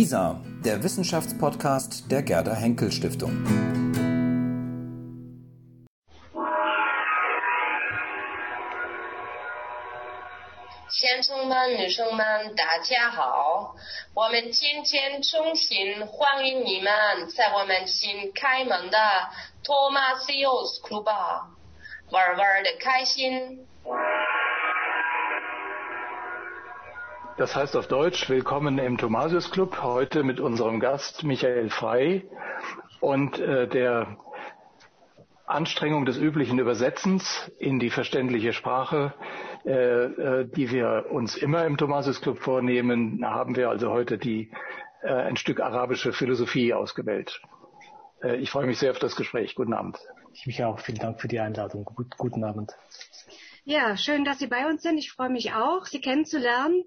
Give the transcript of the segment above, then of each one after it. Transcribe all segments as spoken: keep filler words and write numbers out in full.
WISA, der Wissenschaftspodcast der Gerda Henkel Stiftung. Gentlemen, 女生们，大家好！我们今天衷心欢迎你们在我们新开门的 Thomasius Club 玩玩的开心。 Das heißt auf Deutsch, willkommen im Thomasius Club, heute mit unserem Gast Michael Frey und äh, der Anstrengung des üblichen Übersetzens in die verständliche Sprache, äh, äh, die wir uns immer im Thomasius Club vornehmen, haben wir also heute die, äh, ein Stück arabische Philosophie ausgewählt. Äh, ich freue mich sehr auf das Gespräch. Guten Abend. Ich mich auch. Vielen Dank für die Einladung. Gut, guten Abend. Ja, schön, dass Sie bei uns sind. Ich freue mich auch, Sie kennenzulernen.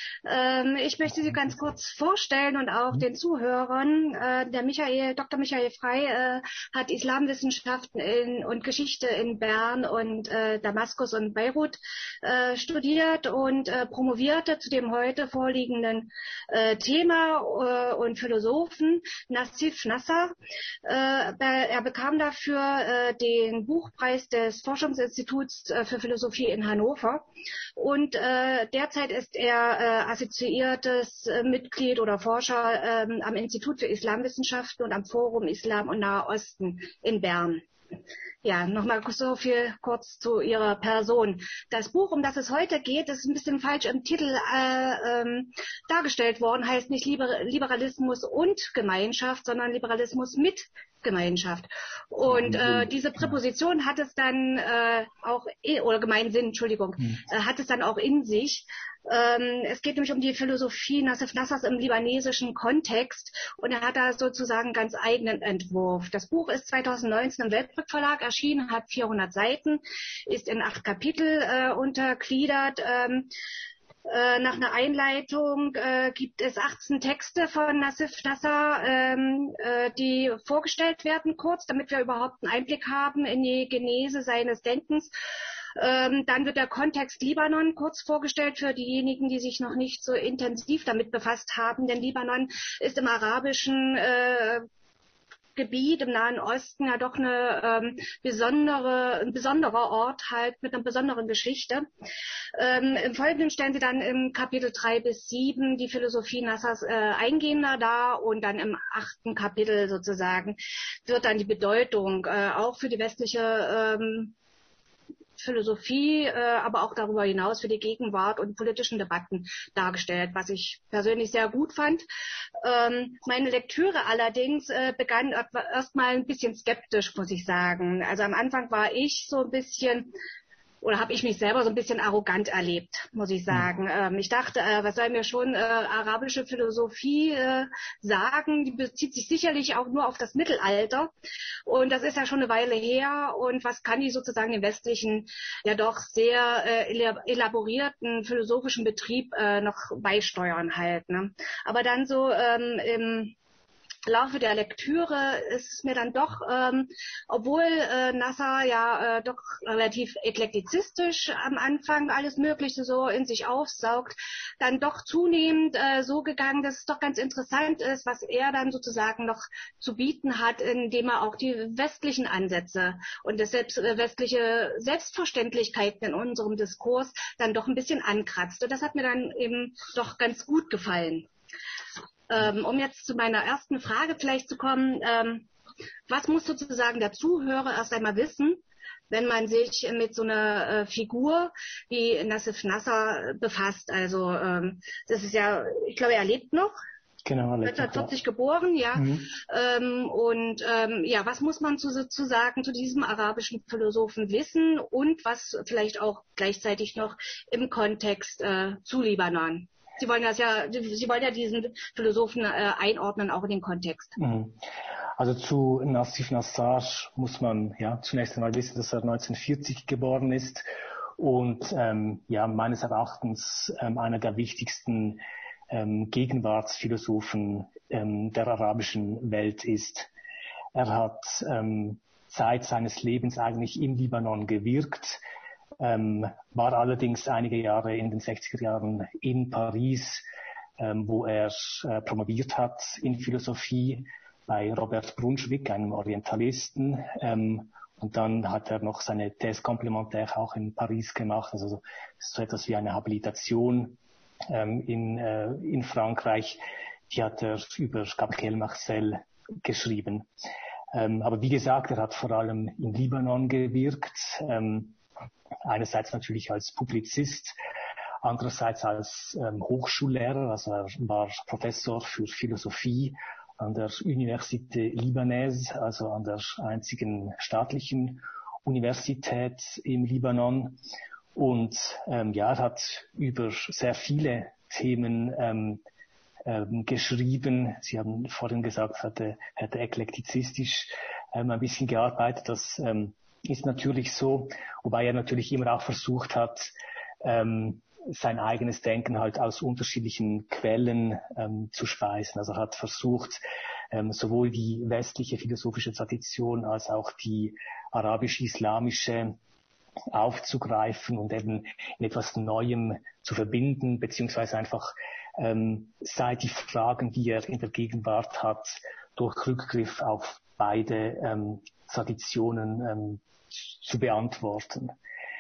Ähm, ich möchte Sie ganz kurz vorstellen und auch den Zuhörern. Äh, der Michael, Doktor Michael Frey äh, hat Islamwissenschaften in, und Geschichte in Bern und äh, Damaskus und Beirut äh, studiert und äh, promovierte zu dem heute vorliegenden äh, Thema äh, und Philosophen Nassif Nasser. Äh, er bekam dafür äh, den Buchpreis des Forschungsinstituts äh, für Philosophie in Hannover und äh, derzeit ist er äh, assoziiertes äh, Mitglied oder Forscher ähm, am Institut für Islamwissenschaften und am Forum Islam und Nahe Osten in Bern. Ja, nochmal so viel kurz zu Ihrer Person. Das Buch, um das es heute geht, ist ein bisschen falsch im Titel äh, ähm, dargestellt worden, heißt nicht Liber- Liberalismus und Gemeinschaft, sondern Liberalismus mit Gemeinschaft. Und äh, diese Präposition hat es dann äh, auch, oder Gemeinsinn, Entschuldigung, äh, hat es dann auch in sich. Ähm, es geht nämlich um die Philosophie Nassif Nassers im libanesischen Kontext und er hat da sozusagen einen ganz eigenen Entwurf. Das Buch ist zweitausendneunzehn im Weltbrück Verlag erschienen, hat vierhundert Seiten, ist in acht Kapitel äh, untergliedert. Ähm, Äh, nach einer Einleitung äh, gibt es achtzehn Texte von Nassif Nasser, ähm, äh, die vorgestellt werden kurz, damit wir überhaupt einen Einblick haben in die Genese seines Denkens. Ähm, dann wird der Kontext Libanon kurz vorgestellt für diejenigen, die sich noch nicht so intensiv damit befasst haben, denn Libanon ist im arabischen äh, Gebiet im Nahen Osten ja doch eine ähm, besondere, ein besonderer Ort halt mit einer besonderen Geschichte. Ähm, Im Folgenden stellen Sie dann im Kapitel drei bis sieben die Philosophie Nassers äh, eingehender dar und dann im achten Kapitel sozusagen wird dann die Bedeutung äh, auch für die westliche ähm, Philosophie, äh, aber auch darüber hinaus für die Gegenwart und politischen Debatten dargestellt, was ich persönlich sehr gut fand. Ähm, meine Lektüre allerdings äh, begann erst mal ein bisschen skeptisch, muss ich sagen. Also am Anfang war ich so ein bisschen oder habe ich mich selber so ein bisschen arrogant erlebt, muss ich sagen. Mhm. Ähm, ich dachte, äh, was soll mir schon äh, arabische Philosophie äh, sagen? Die bezieht sich sicherlich auch nur auf das Mittelalter. Und das ist ja schon eine Weile her. Und was kann die sozusagen im westlichen, ja doch sehr äh, elaborierten philosophischen Betrieb äh, noch beisteuern halt, ne? Aber dann so ähm, im Laufe der Lektüre ist es mir dann doch, ähm, obwohl äh, Nasser ja äh, doch relativ eklektizistisch am Anfang alles Mögliche so in sich aufsaugt, dann doch zunehmend äh, so gegangen, dass es doch ganz interessant ist, was er dann sozusagen noch zu bieten hat, indem er auch die westlichen Ansätze und das selbst, äh, westliche Selbstverständlichkeiten in unserem Diskurs dann doch ein bisschen ankratzt. Und das hat mir dann eben doch ganz gut gefallen. Ähm, um jetzt zu meiner ersten Frage vielleicht zu kommen, ähm, was muss sozusagen der Zuhörer erst einmal wissen, wenn man sich mit so einer äh, Figur wie Nassif Nasser befasst? Also ähm, das ist ja, ich glaube, er lebt noch. Genau, neunzehnhundertvierzig geboren, ja. Mhm. Ähm, und ähm, ja, was muss man zu, sozusagen zu diesem arabischen Philosophen wissen und was vielleicht auch gleichzeitig noch im Kontext äh, zu Libanon? Sie wollen das ja, Sie wollen ja diesen Philosophen äh, einordnen, auch in den Kontext. Also zu Nassif Nasser muss man ja zunächst einmal wissen, dass er neunzehnhundertvierzig geboren ist und ähm, ja meines Erachtens ähm, einer der wichtigsten ähm, Gegenwartsphilosophen ähm, der arabischen Welt ist. Er hat ähm, Zeit seines Lebens eigentlich in Libanon gewirkt. Ähm, war allerdings einige Jahre in den sechziger Jahren in Paris, ähm, wo er äh, promoviert hat in Philosophie bei Robert Brunswick, einem Orientalisten. Ähm, und dann hat er noch seine Thèse complémentaire auch in Paris gemacht, also so etwas wie eine Habilitation ähm, in, äh, in Frankreich. Die hat er über Gabriel Marcel geschrieben. Ähm, aber wie gesagt, er hat vor allem im Libanon gewirkt, ähm, einerseits natürlich als Publizist, andererseits als ähm, Hochschullehrer, also er war Professor für Philosophie an der Université Libanaise, also an der einzigen staatlichen Universität im Libanon. Und ähm, ja, er hat über sehr viele Themen ähm, ähm, geschrieben. Sie haben vorhin gesagt, er hatte, hatte eklektizistisch ähm, ein bisschen gearbeitet. Das ähm, ist natürlich so, wobei er natürlich immer auch versucht hat, ähm, sein eigenes Denken halt aus unterschiedlichen Quellen ähm, zu speisen. Also er hat versucht, ähm, sowohl die westliche philosophische Tradition als auch die arabisch-islamische aufzugreifen und eben in etwas Neuem zu verbinden, beziehungsweise einfach ähm, sei die Fragen, die er in der Gegenwart hat, durch Rückgriff auf beide ähm, Traditionen ähm, zu beantworten.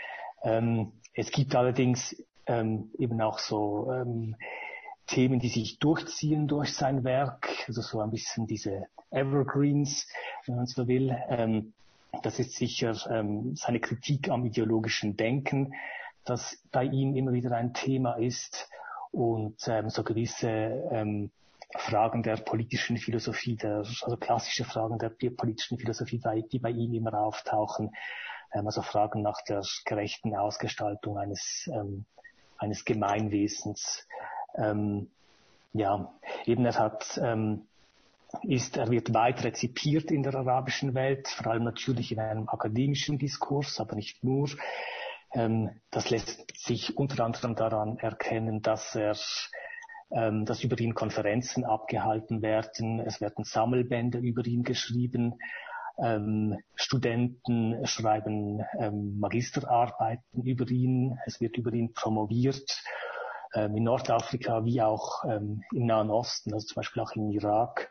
Ähm, es gibt allerdings ähm, eben auch so ähm, Themen, die sich durchziehen durch sein Werk, also so ein bisschen diese Evergreens, wenn man so will. Ähm, das ist sicher ähm, seine Kritik am ideologischen Denken, das bei ihm immer wieder ein Thema ist, und ähm, so gewisse ähm, Fragen der politischen Philosophie, der, also klassische Fragen der politischen Philosophie, die bei ihm immer auftauchen, ähm, also Fragen nach der gerechten Ausgestaltung eines ähm, eines Gemeinwesens. Ähm, ja, eben er hat ähm, ist, er wird weit rezipiert in der arabischen Welt, vor allem natürlich in einem akademischen Diskurs, aber nicht nur. Ähm, das lässt sich unter anderem daran erkennen, dass er, ähm, dass über ihn Konferenzen abgehalten werden. Es werden Sammelbände über ihn geschrieben. Ähm, Studenten schreiben ähm, Magisterarbeiten über ihn. Es wird über ihn promoviert. Ähm, in Nordafrika wie auch ähm, im Nahen Osten, also zum Beispiel auch im Irak.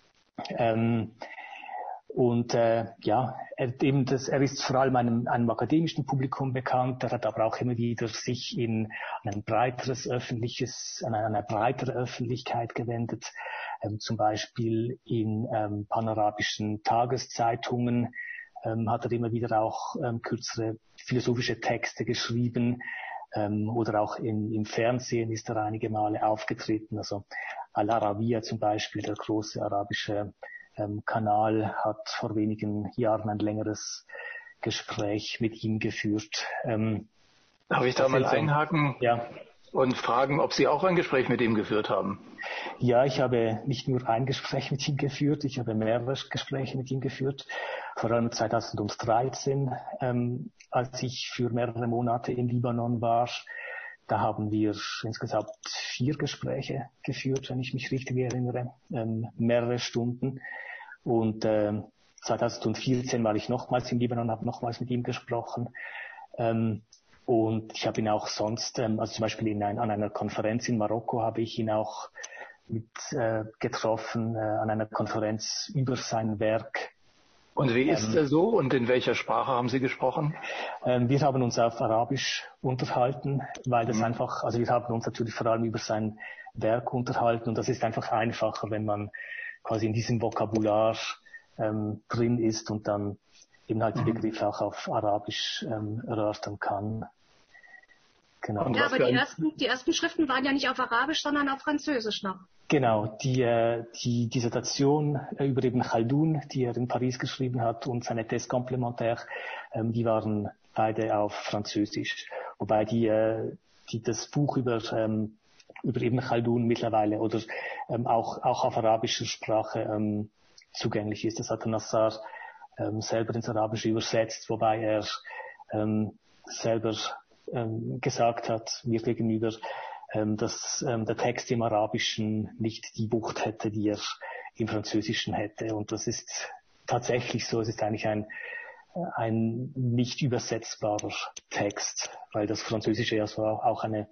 Ähm, und äh, ja, er, eben das, er ist vor allem einem, einem akademischen Publikum bekannt. Er hat aber auch immer wieder sich in an ein breiteres öffentliches, an eine breitere Öffentlichkeit gewendet. Ähm, zum Beispiel in ähm, panarabischen Tageszeitungen ähm, hat er immer wieder auch ähm, kürzere philosophische Texte geschrieben. Ähm, oder auch in, im Fernsehen ist er einige Male aufgetreten. Also Al-Arabiya zum Beispiel, der große arabische ähm, Kanal, hat vor wenigen Jahren ein längeres Gespräch mit ihm geführt. Ähm, Darf ich da mal einhaken? Ja. Und fragen, ob Sie auch ein Gespräch mit ihm geführt haben? Ja, ich habe nicht nur ein Gespräch mit ihm geführt, ich habe mehrere Gespräche mit ihm geführt, vor allem zweitausenddreizehn, ähm, als ich für mehrere Monate in Libanon war. Da haben wir insgesamt vier Gespräche geführt, wenn ich mich richtig erinnere, ähm, mehrere Stunden. Und ähm, zweitausendvierzehn war ich nochmals in Libanon, habe nochmals mit ihm gesprochen. Ähm, Und ich habe ihn auch sonst, ähm, also zum Beispiel in ein, an einer Konferenz in Marokko habe ich ihn auch mit äh, getroffen, äh, an einer Konferenz über sein Werk. Und wie ist ähm, er so und in welcher Sprache haben Sie gesprochen? Ähm, wir haben uns auf Arabisch unterhalten, weil das mhm. einfach, also wir haben uns natürlich vor allem über sein Werk unterhalten, und das ist einfach einfacher, wenn man quasi in diesem Vokabular ähm, drin ist und dann eben halt die Begriffe auch auf Arabisch ähm, erörtern kann. Genau. Ja, aber die ersten, die ersten Schriften waren ja nicht auf Arabisch, sondern auf Französisch noch. Genau, die, äh, die Dissertation äh, über Ibn Khaldun, die er in Paris geschrieben hat, und seine Thèse complémentaire, ähm, die waren beide auf Französisch. Wobei die, äh, die das Buch über, ähm, über Ibn Khaldun mittlerweile oder ähm, auch, auch auf arabischer Sprache ähm, zugänglich ist. Das hat Nassar ähm, selber ins Arabische übersetzt, wobei er ähm, selber ähm, gesagt hat, mir gegenüber, ähm, dass ähm, der Text im Arabischen nicht die Wucht hätte, die er im Französischen hätte. Und das ist tatsächlich so. Es ist eigentlich ein, ein nicht übersetzbarer Text, weil das Französische ja so auch eine,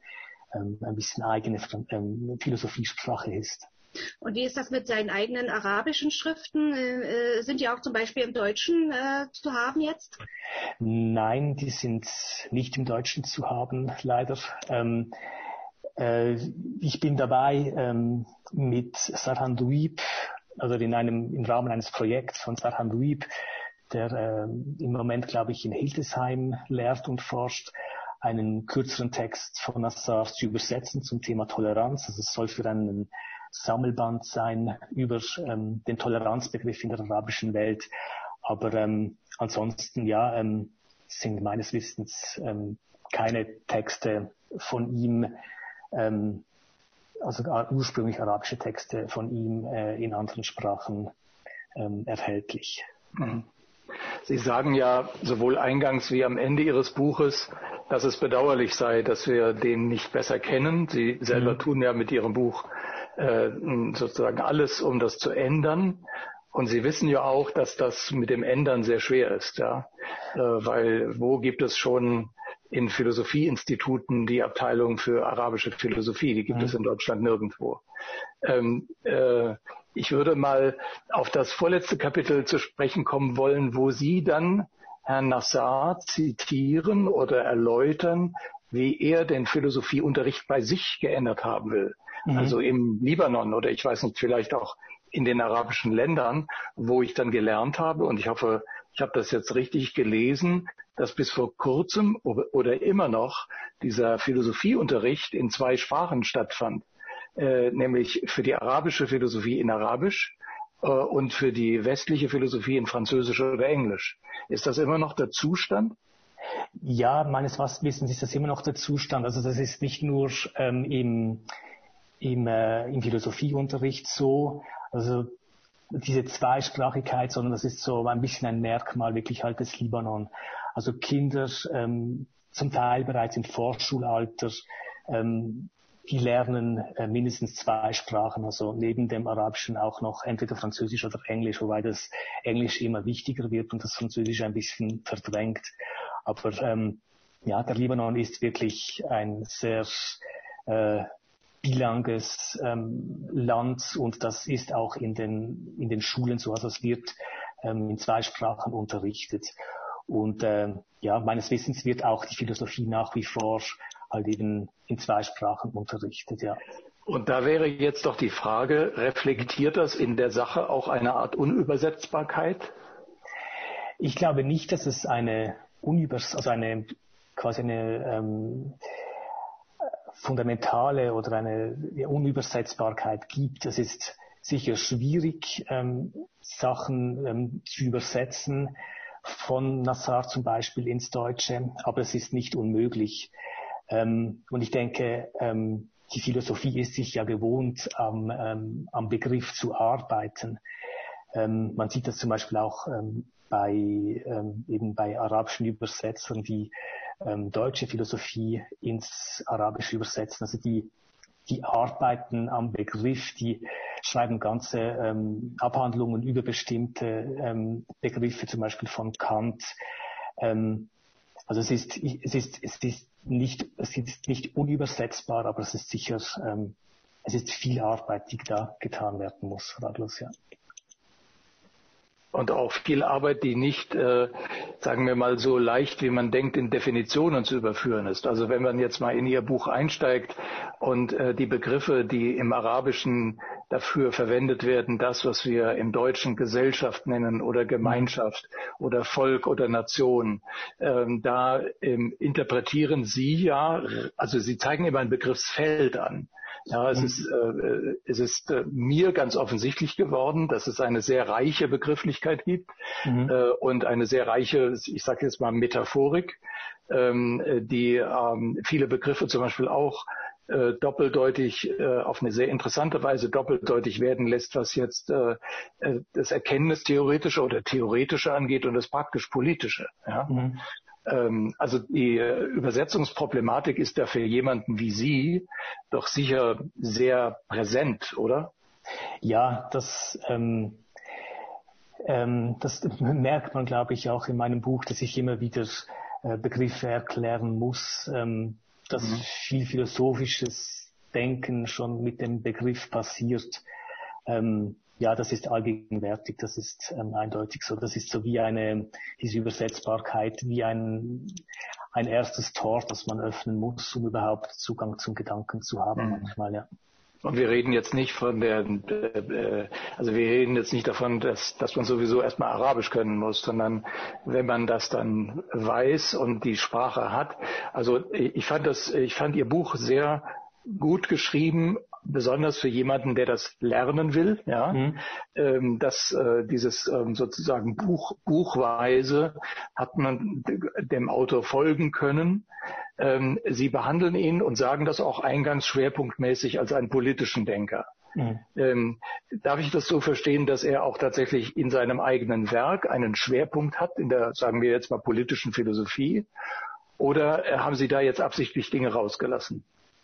ähm, ein bisschen eigene ähm, Philosophiesprache ist. Und wie ist das mit seinen eigenen arabischen Schriften? Äh, sind die auch zum Beispiel im Deutschen äh, zu haben jetzt? Nein, die sind nicht im Deutschen zu haben, leider. Ähm, äh, ich bin dabei, ähm, mit Sarhan Dweeb, also in einem, im Rahmen eines Projekts von Sarhan Dweeb, der äh, im Moment, glaube ich, in Hildesheim lehrt und forscht, einen kürzeren Text von Nassar zu übersetzen zum Thema Toleranz. Also es soll für einen Sammelband sein über ähm, den Toleranzbegriff in der arabischen Welt. Aber ähm, ansonsten, ja, ähm, sind meines Wissens ähm, keine Texte von ihm, ähm, also ursprünglich arabische Texte von ihm äh, in anderen Sprachen ähm, erhältlich. Mhm. Sie sagen ja sowohl eingangs wie am Ende Ihres Buches, dass es bedauerlich sei, dass wir den nicht besser kennen. Sie selber mhm. tun ja mit Ihrem Buch äh, sozusagen alles, um das zu ändern. Und Sie wissen ja auch, dass das mit dem Ändern sehr schwer ist, ja, äh, weil wo gibt es schon in Philosophieinstituten die Abteilung für arabische Philosophie? Die gibt mhm. es in Deutschland nirgendwo. Ähm, äh, ich würde mal auf das vorletzte Kapitel zu sprechen kommen wollen, wo Sie dann Herrn Nassar zitieren oder erläutern, wie er den Philosophieunterricht bei sich geändert haben will. Mhm. Also im Libanon oder ich weiß nicht, vielleicht auch in den arabischen Ländern, wo ich dann gelernt habe, und ich hoffe, ich habe das jetzt richtig gelesen, dass bis vor kurzem oder immer noch dieser Philosophieunterricht in zwei Sprachen stattfand, äh, nämlich für die arabische Philosophie in Arabisch äh, und für die westliche Philosophie in Französisch oder Englisch. Ist das immer noch der Zustand? Ja, meines Wissens ist das immer noch der Zustand. Also das ist nicht nur ähm, im, im, äh, im Philosophieunterricht so, also diese Zweisprachigkeit, sondern das ist so ein bisschen ein Merkmal wirklich halt des Libanon. Also Kinder, ähm, zum Teil bereits im Vorschulalter, ähm, die lernen äh, mindestens zwei Sprachen, also neben dem Arabischen auch noch entweder Französisch oder Englisch, wobei das Englisch immer wichtiger wird und das Französische ein bisschen verdrängt. Aber ähm, ja, der Libanon ist wirklich ein sehr äh, bilanges ähm, Land und das ist auch in den in den Schulen so, also es wird ähm, in zwei Sprachen unterrichtet und äh, ja, meines Wissens wird auch die Philosophie nach wie vor halt eben in zwei Sprachen unterrichtet, ja. Und da wäre jetzt doch die Frage, reflektiert das in der Sache auch eine Art Unübersetzbarkeit? Ich glaube nicht, dass es eine Unübers, also eine quasi eine ähm, fundamentale oder eine Unübersetzbarkeit gibt. Es ist sicher schwierig, ähm, Sachen ähm, zu übersetzen, von Nassar zum Beispiel ins Deutsche, aber es ist nicht unmöglich. Ähm, und ich denke, ähm, die Philosophie ist sich ja gewohnt, am, ähm, am Begriff zu arbeiten. Ähm, man sieht das zum Beispiel auch ähm, bei ähm, eben bei arabischen Übersetzern, die ähm, deutsche Philosophie ins Arabische übersetzen. Also die die arbeiten am Begriff, die schreiben ganze ähm, Abhandlungen über bestimmte ähm, Begriffe, zum Beispiel von Kant. Ähm, also es ist es ist es ist nicht es ist nicht unübersetzbar, aber es ist sicher ähm, es ist viel Arbeit, die da getan werden muss, ratlos, ja. Und auch viel Arbeit, die nicht, äh, sagen wir mal, so leicht, wie man denkt, in Definitionen zu überführen ist. Also wenn man jetzt mal in Ihr Buch einsteigt und äh, die Begriffe, die im Arabischen dafür verwendet werden, das, was wir im Deutschen Gesellschaft nennen oder Gemeinschaft oder Volk oder Nation, ähm, da ähm, interpretieren Sie ja, also Sie zeigen immer ein Begriffsfeld an. Ja, es ist, äh, es ist äh, mir ganz offensichtlich geworden, dass es eine sehr reiche Begrifflichkeit gibt mhm. äh, und eine sehr reiche, ich sage jetzt mal Metaphorik, ähm, die ähm, viele Begriffe zum Beispiel auch äh, doppeldeutig, äh, auf eine sehr interessante Weise doppeldeutig werden lässt, was jetzt äh, das Erkenntnistheoretische oder Theoretische angeht und das praktisch-politische. Ja? Mhm. Also die Übersetzungsproblematik ist da für jemanden wie Sie doch sicher sehr präsent, oder? Ja, das, ähm, ähm, das merkt man, glaube ich, auch in meinem Buch, dass ich immer wieder äh, Begriffe erklären muss. Ähm, dass mhm. viel philosophisches Denken schon mit dem Begriff passiert. Ähm, ja, das ist allgegenwärtig, das ist ähm, eindeutig so. Das ist so wie eine, diese Übersetzbarkeit, wie ein, ein erstes Tor, das man öffnen muss, um überhaupt Zugang zum Gedanken zu haben, mhm. manchmal, ja. Und wir reden jetzt nicht von der, äh, also wir reden jetzt nicht davon, dass, dass man sowieso erstmal Arabisch können muss, sondern wenn man das dann weiß und die Sprache hat. Also ich fand das, ich fand Ihr Buch sehr gut geschrieben, besonders für jemanden, der das lernen will, ja, mhm. ähm, dass äh, dieses ähm, sozusagen Buch, buchweise hat man dem Autor folgen können. Ähm, Sie behandeln ihn und sagen das auch eingangs schwerpunktmäßig als einen politischen Denker. Mhm. Ähm, darf ich das so verstehen, dass er auch tatsächlich in seinem eigenen Werk einen Schwerpunkt hat, in der, sagen wir jetzt mal, politischen Philosophie? Oder äh, haben Sie da jetzt absichtlich Dinge rausgelassen?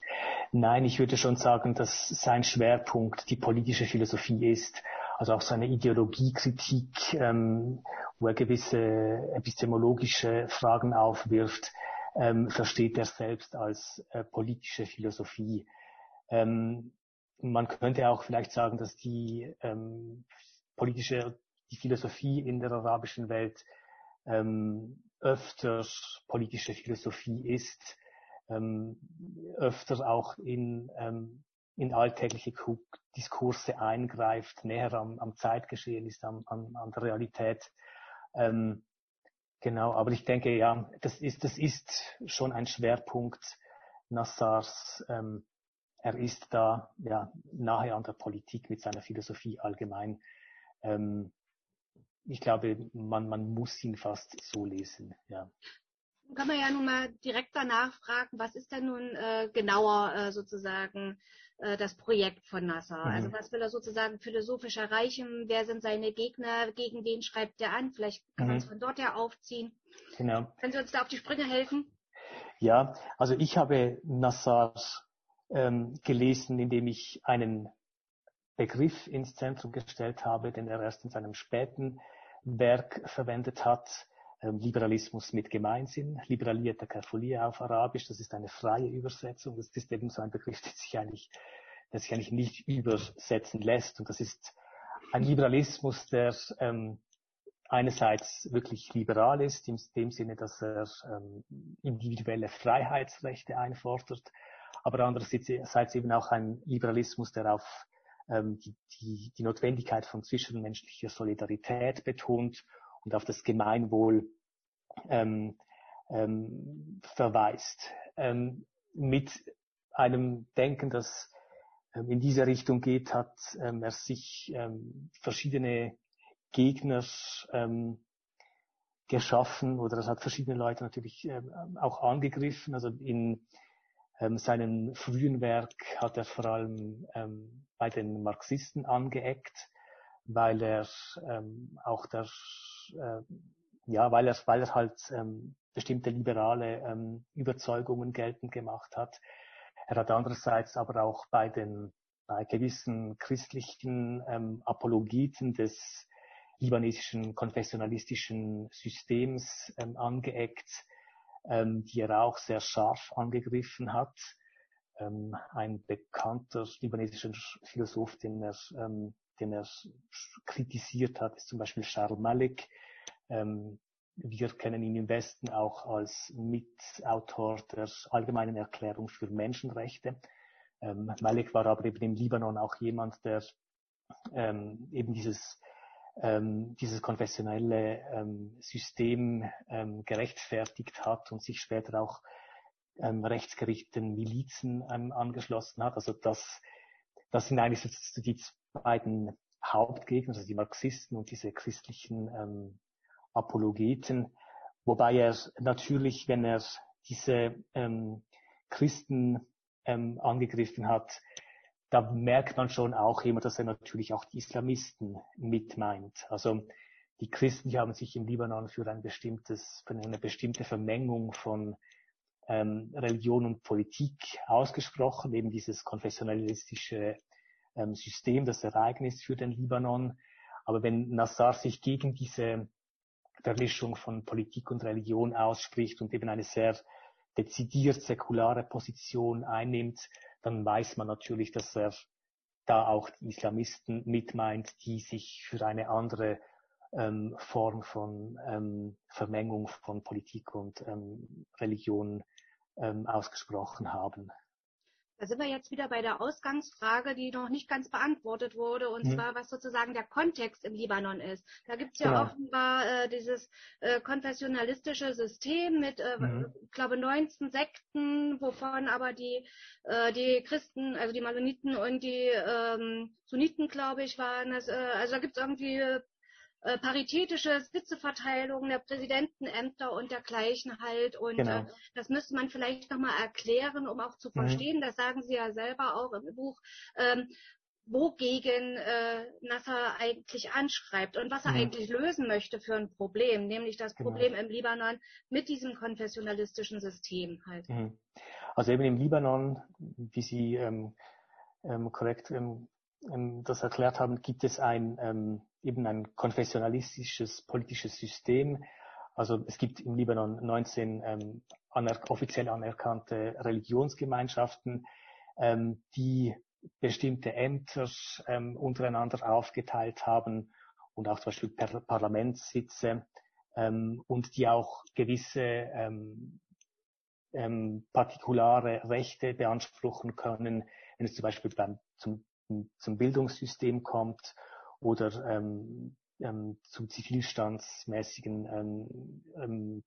Nein, ich würde schon sagen, dass sein Schwerpunkt die politische Philosophie ist, also auch seine Ideologiekritik, ähm, wo er gewisse epistemologische Fragen aufwirft, ähm, versteht er selbst als äh, politische Philosophie. Ähm, man könnte auch vielleicht sagen, dass die ähm, politische, die Philosophie in der arabischen Welt ähm, öfter politische Philosophie ist, ähm, öfter auch in, ähm, in alltägliche Diskurse eingreift, näher am, am Zeitgeschehen ist, am, am, an der Realität. Ähm, genau, aber ich denke, ja, das ist, das ist schon ein Schwerpunkt Nassars. Ähm, er ist da ja nahe an der Politik mit seiner Philosophie allgemein. Ähm, ich glaube, man, man muss ihn fast so lesen, ja. Kann man ja nun mal direkt danach fragen, was ist denn nun äh, genauer äh, sozusagen äh, das Projekt von Nassar? Mhm. Also was will er sozusagen philosophisch erreichen? Wer sind seine Gegner? Gegen wen schreibt er an? Vielleicht kann mhm. man es von dort her aufziehen. Genau. Können Sie uns da auf die Sprünge helfen? Ja, also ich habe Nassar ähm, gelesen, indem ich einen Begriff ins Zentrum gestellt habe, den er erst in seinem späten Werk verwendet hat. Liberalismus mit Gemeinsinn, liberalierte Kafolie auf Arabisch, das ist eine freie Übersetzung, das ist eben so ein Begriff, der sich eigentlich, der sich eigentlich nicht übersetzen lässt, und das ist ein Liberalismus, der ähm, einerseits wirklich liberal ist, in dem Sinne, dass er ähm, individuelle Freiheitsrechte einfordert, aber andererseits eben auch ein Liberalismus, der auf ähm, die, die, die Notwendigkeit von zwischenmenschlicher Solidarität betont und auf das Gemeinwohl ähm, ähm, verweist. Ähm, mit einem Denken, das ähm, in diese Richtung geht, hat ähm, er sich ähm, verschiedene Gegner ähm, geschaffen, oder es hat verschiedene Leute natürlich ähm, auch angegriffen. Also in ähm, seinem frühen Werk hat er vor allem ähm, bei den Marxisten angeeckt, weil er ähm, auch der, äh, ja, weil er, weil er halt ähm, bestimmte liberale ähm, Überzeugungen geltend gemacht hat. Er hat andererseits aber auch bei den, bei gewissen christlichen ähm, Apologeten des libanesischen konfessionalistischen Systems ähm, angeeckt, ähm, die er auch sehr scharf angegriffen hat. Ähm, ein bekannter libanesischer Philosoph, den er ähm, den er kritisiert hat, ist zum Beispiel Charles Malik. Ähm, wir kennen ihn im Westen auch als Mitautor der Allgemeinen Erklärung für Menschenrechte. Ähm, Malik war aber eben im Libanon auch jemand, der ähm, eben dieses, ähm, dieses konfessionelle ähm, System ähm, gerechtfertigt hat und sich später auch ähm, rechtsgerichteten Milizen ähm, angeschlossen hat. Also das, das sind eigentlich so die beiden Hauptgegner, also die Marxisten und diese christlichen ähm, Apologeten, wobei er natürlich, wenn er diese ähm, Christen ähm, angegriffen hat, da merkt man schon auch immer, dass er natürlich auch die Islamisten mit meint. Also die Christen, die haben sich im Libanon für ein bestimmtes, für eine bestimmte Vermengung von ähm, Religion und Politik ausgesprochen, eben dieses konfessionalistische ähm, System, das Ereignis für den Libanon. Aber wenn Nassar sich gegen diese Vermischung von Politik und Religion ausspricht und eben eine sehr dezidiert säkulare Position einnimmt, dann weiß man natürlich, dass er da auch die Islamisten mit meint, die sich für eine andere ähm, Form von ähm, Vermengung von Politik und ähm, Religion ähm, ausgesprochen haben. Da sind wir jetzt wieder bei der Ausgangsfrage, die noch nicht ganz beantwortet wurde, und mhm. zwar, was sozusagen der Kontext im Libanon ist. Da gibt es ja genau. offenbar äh, dieses äh, konfessionalistische System mit, äh, mhm. ich glaube, neunzehn Sekten, wovon aber die, äh, die Christen, also die Maroniten und die ähm, Sunniten, glaube ich, waren. Das, äh, also da gibt es irgendwie äh, paritätische Sitzeverteilung der Präsidentenämter und dergleichen halt. Und genau. äh, das müsste man vielleicht nochmal erklären, um auch zu verstehen, mhm. das sagen Sie ja selber auch im Buch, ähm, wogegen äh, Nasser eigentlich anschreibt und was er mhm. eigentlich lösen möchte für ein Problem, nämlich das genau. Problem im Libanon mit diesem konfessionalistischen System halt. Mhm. Also eben im Libanon, wie Sie ähm, ähm, korrekt ähm, das erklärt haben, gibt es ein ähm, eben ein konfessionalistisches politisches System. Also es gibt im Libanon neunzehn ähm, aner- offiziell anerkannte Religionsgemeinschaften, ähm, die bestimmte Ämter ähm, untereinander aufgeteilt haben und auch zum Beispiel per- Parlamentssitze ähm, und die auch gewisse ähm, ähm, partikulare Rechte beanspruchen können, wenn es zum Beispiel beim, zum zum Bildungssystem kommt oder ähm, ähm, zu zivilstandsmäßigen ähm, ähm,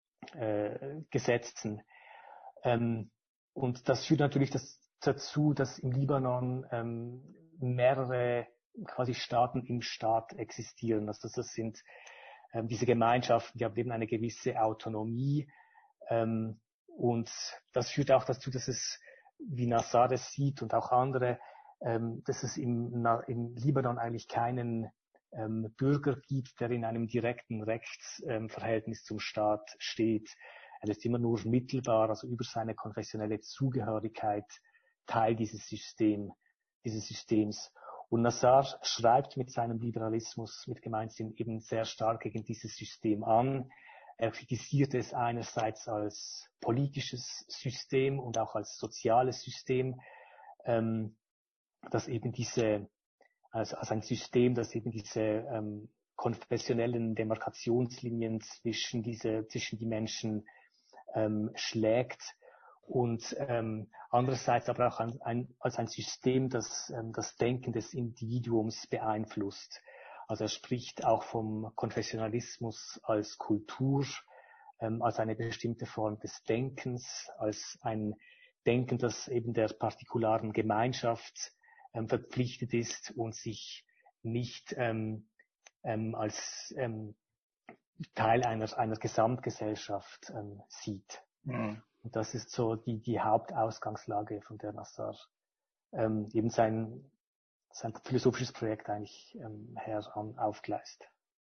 äh, Gesetzen. Ähm, und das führt natürlich das, dazu, dass im Libanon ähm, mehrere quasi Staaten im Staat existieren. Also das, das sind ähm, diese Gemeinschaften, die haben eben eine gewisse Autonomie. Ähm, und das führt auch dazu, dass es, wie Nasser es sieht und auch andere, Ähm, dass es im, na, im Libanon eigentlich keinen ähm, Bürger gibt, der in einem direkten Rechtsverhältnis ähm, zum Staat steht. Er ist immer nur mittelbar, also über seine konfessionelle Zugehörigkeit Teil dieses System, dieses Systems. Und Nasser schreibt mit seinem Liberalismus, mit Gemeinsinn eben sehr stark gegen dieses System an. Er kritisiert es einerseits als politisches System und auch als soziales System, ähm, dass eben diese, also als ein System, das eben diese ähm, konfessionellen Demarkationslinien zwischen diese, zwischen die Menschen ähm, schlägt und ähm, andererseits aber auch ein, ein, als ein System, das ähm, das Denken des Individuums beeinflusst. Also er spricht auch vom Konfessionalismus als Kultur, ähm, als eine bestimmte Form des Denkens, als ein Denken, das eben der partikularen Gemeinschaft ähm, verpflichtet ist und sich nicht ähm, ähm, als ähm, Teil einer, einer Gesamtgesellschaft ähm, sieht. Mhm. Und das ist so die, die Hauptausgangslage, von der Nasser ähm, eben sein, sein philosophisches Projekt eigentlich ähm, her an, aufgleist.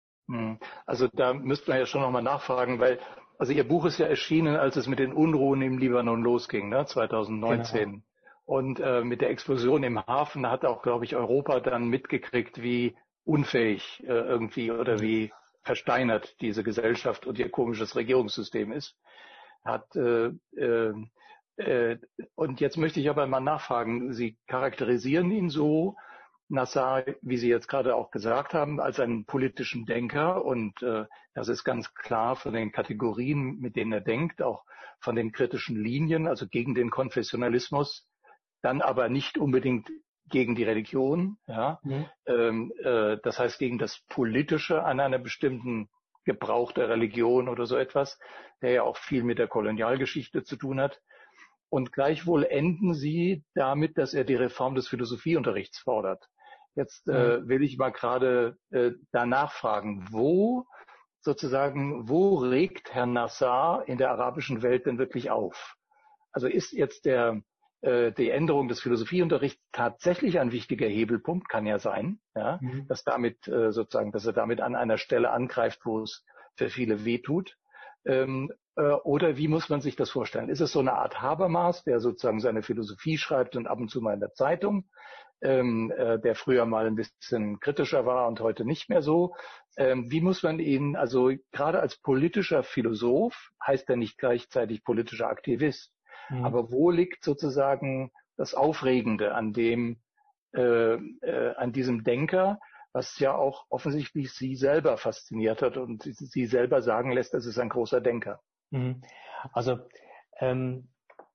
Also da müsste man ja schon nochmal nachfragen, weil, also Ihr Buch ist ja erschienen, als es mit den Unruhen im Libanon losging, ne, zwanzig neunzehn. Genau. Und äh, mit der Explosion im Hafen hat auch, glaube ich, Europa dann mitgekriegt, wie unfähig äh, irgendwie oder wie versteinert diese Gesellschaft und ihr komisches Regierungssystem ist. Hat äh, äh, äh, und jetzt möchte ich aber mal nachfragen, Sie charakterisieren ihn so, Nasser, wie Sie jetzt gerade auch gesagt haben, als einen politischen Denker, und äh, das ist ganz klar von den Kategorien, mit denen er denkt, auch von den kritischen Linien, also gegen den Konfessionalismus, dann aber nicht unbedingt gegen die Religion, ja, mhm. ähm, äh, das heißt gegen das Politische an einer bestimmten Gebrauch der Religion oder so etwas, der ja auch viel mit der Kolonialgeschichte zu tun hat. Und gleichwohl enden Sie damit, dass er die Reform des Philosophieunterrichts fordert. Jetzt äh, will ich mal gerade äh, danach fragen, wo sozusagen, wo regt Herr Nasser in der arabischen Welt denn wirklich auf? Also ist jetzt der äh, die Änderung des Philosophieunterrichts tatsächlich ein wichtiger Hebelpunkt? Kann ja sein, ja, mhm. dass damit äh, sozusagen, dass er damit an einer Stelle angreift, wo es für viele wehtut. Ähm, Oder wie muss man sich das vorstellen? Ist es so eine Art Habermas, der sozusagen seine Philosophie schreibt und ab und zu mal in der Zeitung, ähm, äh, der früher mal ein bisschen kritischer war und heute nicht mehr so? Ähm, wie muss man ihn, also gerade als politischer Philosoph, heißt er nicht gleichzeitig politischer Aktivist, mhm. aber wo liegt sozusagen das Aufregende an dem, äh, äh, an diesem Denker, was ja auch offensichtlich Sie selber fasziniert hat und Sie selber sagen lässt, es ist ein großer Denker? Also ähm,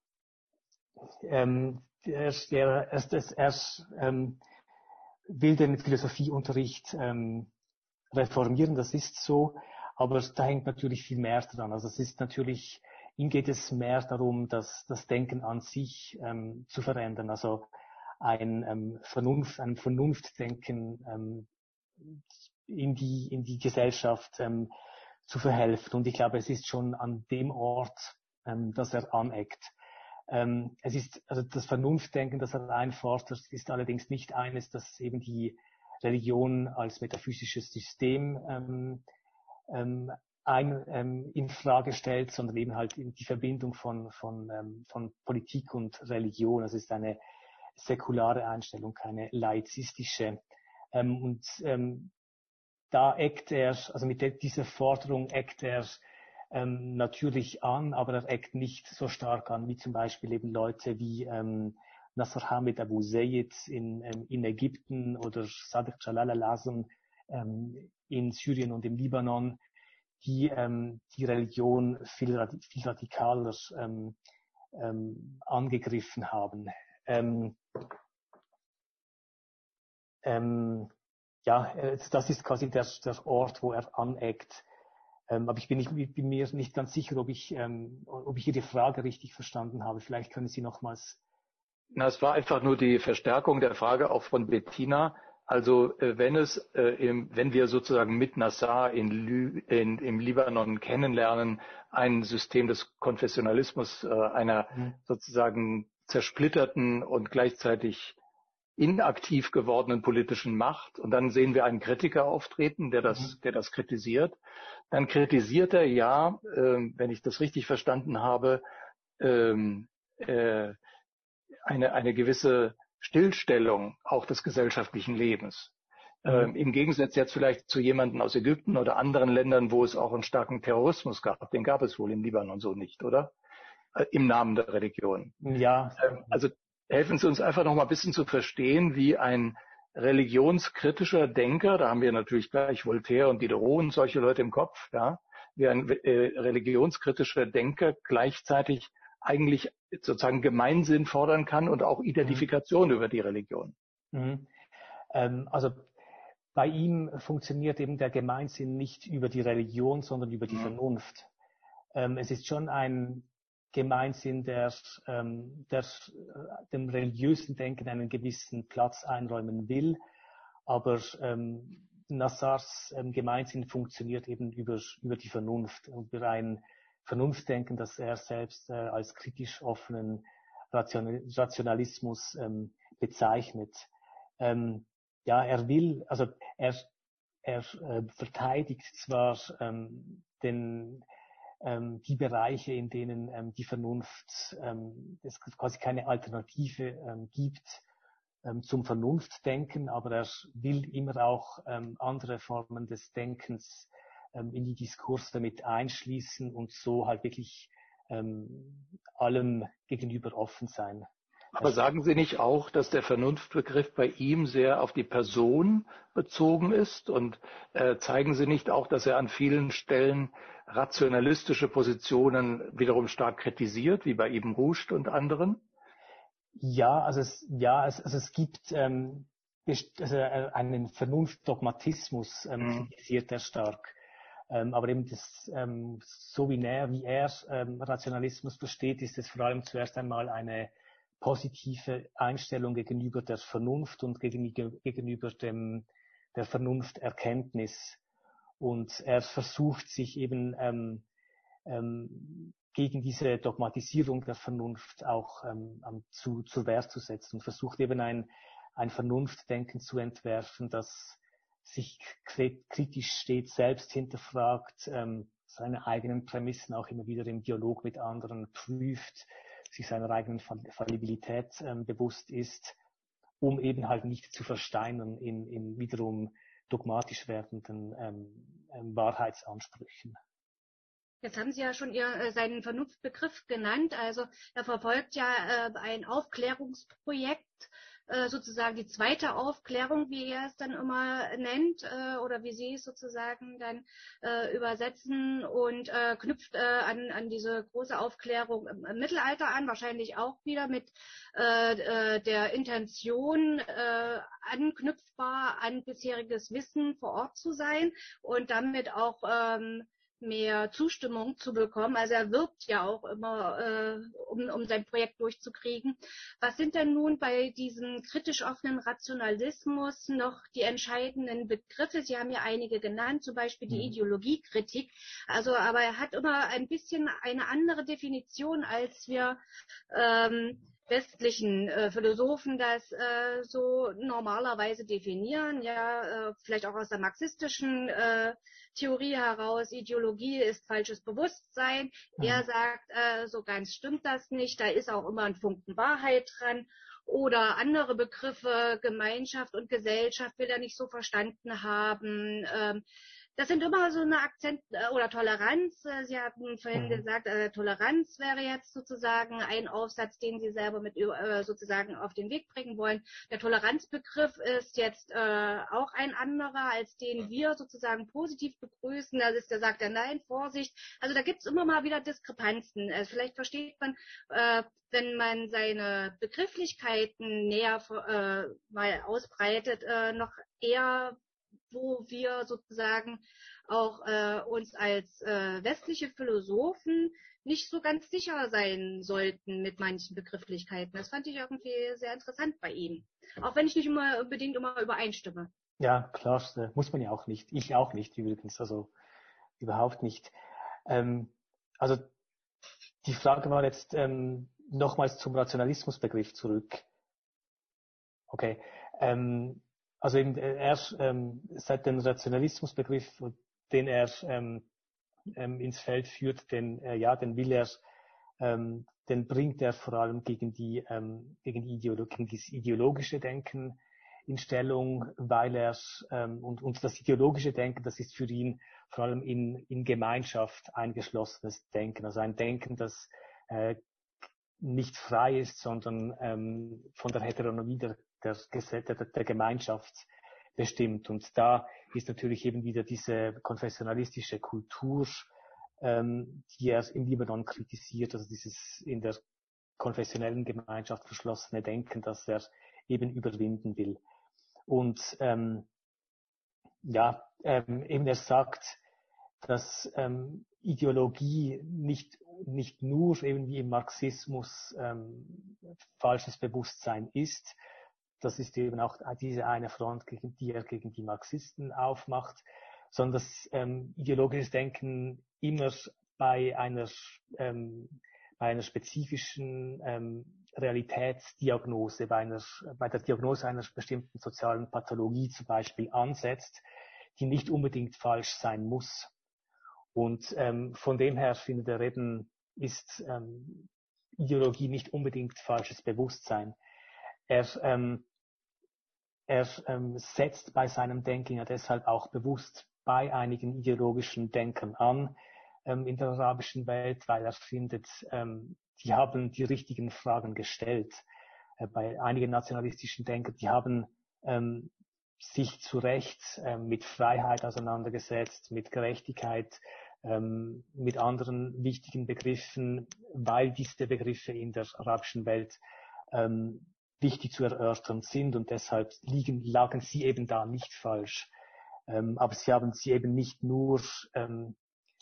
ähm, er, er, er, er ähm, will den Philosophieunterricht ähm, reformieren, das ist so, aber da hängt natürlich viel mehr dran. Also es ist natürlich, ihm geht es mehr darum, das, das Denken an sich ähm, zu verändern, also ein ähm, Vernunft, ein Vernunftdenken ähm, in die in die Gesellschaft ähm, zu verhelfen. Und ich glaube, es ist schon an dem Ort, ähm, dass er aneckt. Ähm, es ist, also das Vernunftdenken, das er einfordert, ist allerdings nicht eines, das eben die Religion als metaphysisches System ähm, ähm, ein, ähm, in Frage stellt, sondern eben halt die Verbindung von, von, ähm, von Politik und Religion. Das ist eine säkulare Einstellung, keine laizistische. Ähm, und ähm, da eckt er, also mit der, dieser Forderung eckt er ähm, natürlich an, aber er eckt nicht so stark an, wie zum Beispiel eben Leute wie ähm, Nasser Hamid Abu Zaid in, ähm, in Ägypten oder Sadiq Jalal al-Azm ähm, in Syrien und im Libanon, die ähm, die Religion viel, viel radikaler ähm, ähm, angegriffen haben. Ähm, ähm, ja, das ist quasi der, der Ort, wo er aneckt. Ähm, aber ich bin, nicht, ich bin mir nicht ganz sicher, ob ich, ähm, ob ich Ihre Frage richtig verstanden habe. Vielleicht können Sie nochmals. Na, es war einfach nur die Verstärkung der Frage auch von Bettina. Also äh, wenn es, äh, im, wenn wir sozusagen mit Nassar in Lü, in, im Libanon kennenlernen, ein System des Konfessionalismus, äh, einer mhm. sozusagen zersplitterten und gleichzeitig inaktiv gewordenen politischen Macht, und dann sehen wir einen Kritiker auftreten, der das, mhm. der das kritisiert, dann kritisiert er ja, äh, wenn ich das richtig verstanden habe, ähm, äh, eine, eine gewisse Stillstellung auch des gesellschaftlichen Lebens. Mhm. Ähm, im Gegensatz jetzt vielleicht zu jemandem aus Ägypten oder anderen Ländern, wo es auch einen starken Terrorismus gab. Den gab es wohl im Libanon so nicht, oder? Äh, im Namen der Religion. Ja. Ähm, also helfen Sie uns einfach noch mal ein bisschen zu verstehen, wie ein religionskritischer Denker, da haben wir natürlich gleich Voltaire und Diderot und solche Leute im Kopf, ja, wie ein äh, religionskritischer Denker gleichzeitig eigentlich sozusagen Gemeinsinn fordern kann und auch Identifikation mhm. über die Religion. Mhm. Ähm, also bei ihm funktioniert eben der Gemeinsinn nicht über die Religion, sondern über die mhm. Vernunft. Ähm, es ist schon ein Gemeinsinn, der, ähm, der dem religiösen Denken einen gewissen Platz einräumen will, aber ähm, Nassars ähm, Gemeinsinn funktioniert eben über, über die Vernunft, über ein Vernunftdenken, das er selbst äh, als kritisch offenen Ration, Rationalismus ähm, bezeichnet. Ähm, ja, er will, also er, er äh, verteidigt zwar ähm, den ähm, die Bereiche, in denen ähm, die Vernunft ähm, es quasi keine Alternative ähm, gibt ähm, zum Vernunftdenken, aber er will immer auch ähm, andere Formen des Denkens ähm, in die Diskurse mit einschließen und so halt wirklich ähm, allem gegenüber offen sein. Aber sagen Sie nicht auch, dass der Vernunftbegriff bei ihm sehr auf die Person bezogen ist? Und äh, zeigen Sie nicht auch, dass er an vielen Stellen rationalistische Positionen wiederum stark kritisiert, wie bei Ibn Rushd und anderen? Ja, also es, ja, es, also es gibt ähm, also einen Vernunftdogmatismus, ähm, mhm. kritisiert er stark. Ähm, aber eben das, ähm, so wie er, wie er ähm, Rationalismus versteht, ist es vor allem zuerst einmal eine positive Einstellung gegenüber der Vernunft und gegenüber, gegenüber dem, der Vernunfterkenntnis. Und er versucht sich eben ähm, ähm, gegen diese Dogmatisierung der Vernunft auch ähm, zu, zur Wehr zu setzen und versucht eben ein, ein Vernunftdenken zu entwerfen, das sich kritisch stets selbst hinterfragt, ähm, seine eigenen Prämissen auch immer wieder im Dialog mit anderen prüft, sich seiner eigenen Fallibilität ähm, bewusst ist, um eben halt nicht zu versteinern in, in wiederum dogmatisch werdenden ähm, ähm, Wahrheitsansprüchen. Jetzt haben Sie ja schon Ihr, äh, seinen Vernunftbegriff genannt. Also er verfolgt ja äh, ein Aufklärungsprojekt, äh, sozusagen die zweite Aufklärung, wie er es dann immer nennt, äh, oder wie Sie es sozusagen dann äh, übersetzen und äh, knüpft äh, an, an diese große Aufklärung im, im Mittelalter an, wahrscheinlich auch wieder mit äh, äh, der Intention, äh, anknüpfbar an bisheriges Wissen vor Ort zu sein und damit auch ähm, mehr Zustimmung zu bekommen. Also er wirbt ja auch immer, äh, um, um sein Projekt durchzukriegen. Was sind denn nun bei diesem kritisch offenen Rationalismus noch die entscheidenden Begriffe? Sie haben ja einige genannt, zum Beispiel die mhm. Ideologiekritik. Also, aber er hat immer ein bisschen eine andere Definition, als wir ähm, westlichen äh, Philosophen das äh, so normalerweise definieren, ja, äh, vielleicht auch aus der marxistischen äh, Theorie heraus, Ideologie ist falsches Bewusstsein. Mhm. Er sagt, äh, so ganz stimmt das nicht, da ist auch immer ein Funken Wahrheit dran. Oder andere Begriffe, Gemeinschaft und Gesellschaft will er nicht so verstanden haben. Ähm, Das sind immer so eine Akzent- oder Toleranz. Sie hatten vorhin mhm. gesagt, äh, Toleranz wäre jetzt sozusagen ein Aufsatz, den Sie selber mit äh, sozusagen auf den Weg bringen wollen. Der Toleranzbegriff ist jetzt äh, auch ein anderer, als den wir sozusagen positiv begrüßen. Das ist, der sagt ja nein, Vorsicht. Also da gibt es immer mal wieder Diskrepanzen. Also vielleicht versteht man, äh, wenn man seine Begrifflichkeiten näher äh, mal ausbreitet, äh, noch eher, wo wir sozusagen auch äh, uns als äh, westliche Philosophen nicht so ganz sicher sein sollten mit manchen Begrifflichkeiten. Das fand ich irgendwie sehr interessant bei ihm. Auch wenn ich nicht immer unbedingt immer übereinstimme. Ja, klar, muss man ja auch nicht. Ich auch nicht übrigens, also überhaupt nicht. Ähm, also die Frage war jetzt ähm, nochmals zum Rationalismusbegriff zurück. Okay. Ähm, Also eben, er ähm, seit dem Rationalismusbegriff, den er ähm, ähm, ins Feld führt, den äh, ja, den will er, ähm, den bringt er vor allem gegen die ähm, gegen die Ideologie, gegen das ideologische Denken in Stellung, weil er ähm, und und das ideologische Denken, das ist für ihn vor allem in in Gemeinschaft eingeschlossenes Denken, also ein Denken, das äh, nicht frei ist, sondern ähm, von der Heteronomie der Der, der, der Gemeinschaft bestimmt. Und da ist natürlich eben wieder diese konfessionalistische Kultur, ähm, die er im Libanon kritisiert, also dieses in der konfessionellen Gemeinschaft verschlossene Denken, das er eben überwinden will. Und ähm, ja, ähm, eben er sagt, dass ähm, Ideologie nicht nicht nur eben wie im Marxismus ähm, falsches Bewusstsein ist. Das ist eben auch diese eine Front, gegen die er gegen die Marxisten aufmacht, sondern dass ähm, ideologisches Denken immer bei einer ähm, bei einer spezifischen ähm, Realitätsdiagnose, bei einer bei der Diagnose einer bestimmten sozialen Pathologie zum Beispiel ansetzt, die nicht unbedingt falsch sein muss. Und ähm, von dem her findet er eben, ist ähm, Ideologie nicht unbedingt falsches Bewusstsein. Er ähm, Er ähm, setzt bei seinem Denken ja deshalb auch bewusst bei einigen ideologischen Denkern an ähm, in der arabischen Welt, weil er findet, ähm, die haben die richtigen Fragen gestellt. Äh, bei einigen nationalistischen Denkern, die haben ähm, sich zu Recht ähm, mit Freiheit auseinandergesetzt, mit Gerechtigkeit, ähm, mit anderen wichtigen Begriffen, weil diese Begriffe in der arabischen Welt ähm, wichtig zu erörtern sind und deshalb liegen, lagen sie eben da nicht falsch. Ähm, aber sie haben sie eben nicht nur ähm,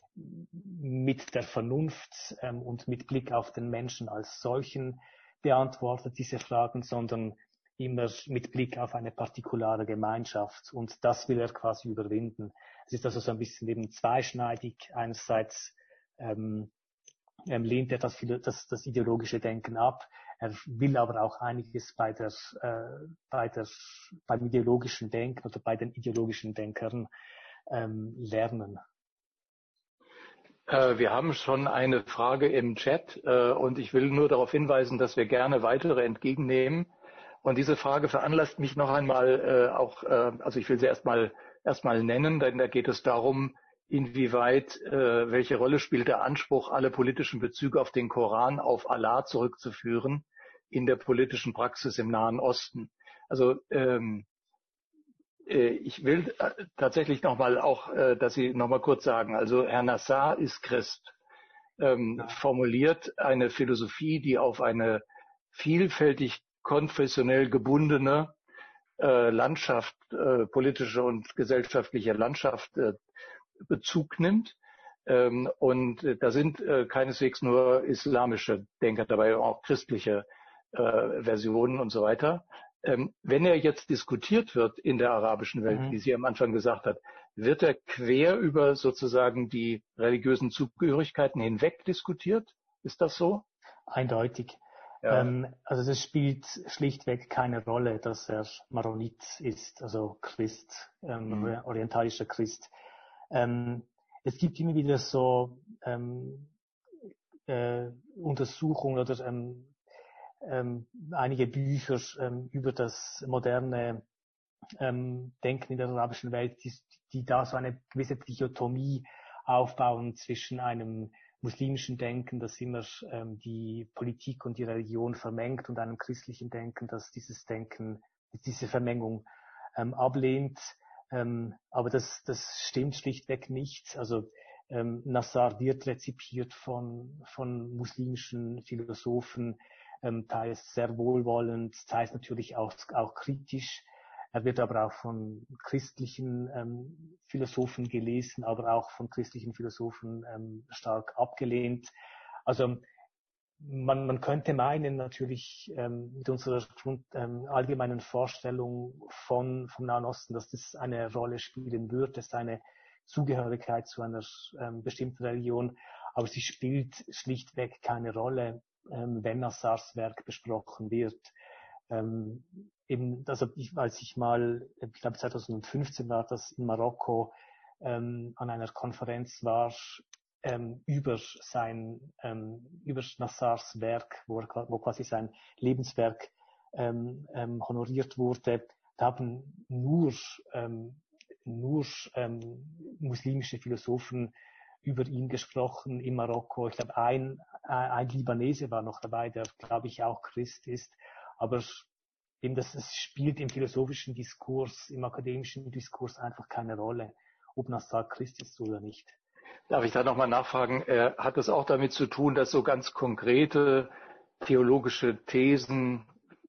mit der Vernunft ähm, und mit Blick auf den Menschen als solchen beantwortet, diese Fragen, sondern immer mit Blick auf eine partikulare Gemeinschaft. Und das will er quasi überwinden. Es ist also so ein bisschen eben zweischneidig. Einerseits ähm, ähm, lehnt er das, das, das ideologische Denken ab. Er will aber auch einiges bei der, äh, bei der, beim ideologischen Denken oder bei den ideologischen Denkern ähm, lernen. Äh, wir haben schon eine Frage im Chat äh, und ich will nur darauf hinweisen, dass wir gerne weitere entgegennehmen. Und diese Frage veranlasst mich noch einmal äh, auch, äh, also ich will sie erstmal erstmal nennen, denn da geht es darum, inwieweit, äh, welche Rolle spielt der Anspruch, alle politischen Bezüge auf den Koran, auf Allah zurückzuführen in der politischen Praxis im Nahen Osten. Also ähm, äh, ich will äh, tatsächlich nochmal auch, äh, dass Sie nochmal kurz sagen, also Herr Nassar ist Christ, ähm, ja. formuliert eine Philosophie, die auf eine vielfältig konfessionell gebundene äh, Landschaft, äh, politische und gesellschaftliche Landschaft äh, Bezug nimmt. Ähm, und äh, da sind äh, keineswegs nur islamische Denker dabei, auch christliche äh, Versionen und so weiter. Ähm, wenn er jetzt diskutiert wird in der arabischen Welt, mhm. wie sie am Anfang gesagt hat, wird er quer über sozusagen die religiösen Zugehörigkeiten hinweg diskutiert? Ist das so? Eindeutig. Ja. Ähm, also es spielt schlichtweg keine Rolle, dass er Maronit ist, also Christ, ähm, mhm. orientalischer Christ. Ähm, es gibt immer wieder so ähm, äh, Untersuchungen oder ähm, ähm, einige Bücher ähm, über das moderne ähm, Denken in der arabischen Welt, die, die da so eine gewisse Dichotomie aufbauen zwischen einem muslimischen Denken, das immer ähm, die Politik und die Religion vermengt, und einem christlichen Denken, das dieses Denken, diese Vermengung ähm, ablehnt. Ähm, aber das, das stimmt schlichtweg nicht. Also ähm, Nassar wird rezipiert von, von muslimischen Philosophen, ähm, teils sehr wohlwollend, teils natürlich auch, auch kritisch. Er wird aber auch von christlichen ähm, Philosophen gelesen, aber auch von christlichen Philosophen ähm, stark abgelehnt. Also man, man könnte meinen, natürlich ähm, mit unserer Grund, ähm, allgemeinen Vorstellung von vom Nahen Osten, dass das eine Rolle spielen wird, dass eine Zugehörigkeit zu einer ähm, bestimmten Religion, aber sie spielt schlichtweg keine Rolle, ähm, wenn Nassars Werk besprochen wird. Ähm, eben, also ich, als ich mal, ich glaube zweitausendfünfzehn war das in Marokko, ähm, an einer Konferenz war, ähm, über sein, ähm, über Nassars Werk, wo, er, wo quasi sein Lebenswerk ähm, ähm, honoriert wurde, da haben nur, ähm, nur ähm, muslimische Philosophen über ihn gesprochen in Marokko. Ich glaube, ein, ein Libanese war noch dabei, der, glaube ich, auch Christ ist. Aber eben das, es spielt im philosophischen Diskurs, im akademischen Diskurs einfach keine Rolle, ob Nassar Christ ist oder nicht. Darf ich da nochmal nachfragen? Äh, hat es auch damit zu tun, dass so ganz konkrete theologische Thesen,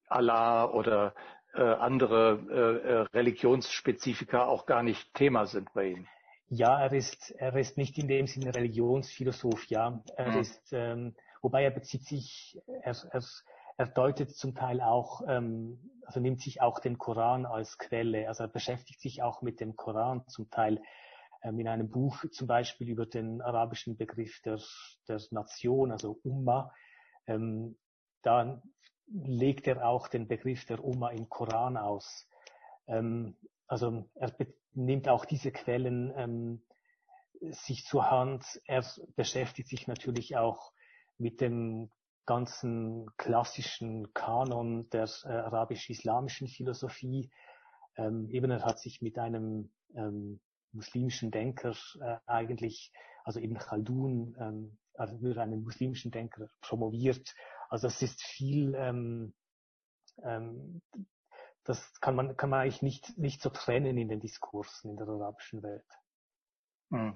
Allah oder äh, andere äh, Religionsspezifika auch gar nicht Thema sind bei Ihnen? Ja, er ist, er ist nicht in dem Sinne Religionsphilosoph, ja. Er hm. ist, ähm, wobei er bezieht sich, er, er, er deutet zum Teil auch, ähm, also nimmt sich auch den Koran als Quelle, also er beschäftigt sich auch mit dem Koran zum Teil. In einem Buch zum Beispiel über den arabischen Begriff der, der Nation, also Umma, ähm, da legt er auch den Begriff der Umma im Koran aus. Ähm, also er nimmt auch diese Quellen ähm, sich zur Hand. Er beschäftigt sich natürlich auch mit dem ganzen klassischen Kanon der äh, arabisch-islamischen Philosophie. Ähm, eben er hat sich mit einem ähm, muslimischen Denker äh, eigentlich, also Ibn Khaldun, ähm, also über einen muslimischen Denker promoviert. Also das ist viel, ähm, ähm, das kann man kann man eigentlich nicht nicht so trennen in den Diskursen in der arabischen Welt. Hm.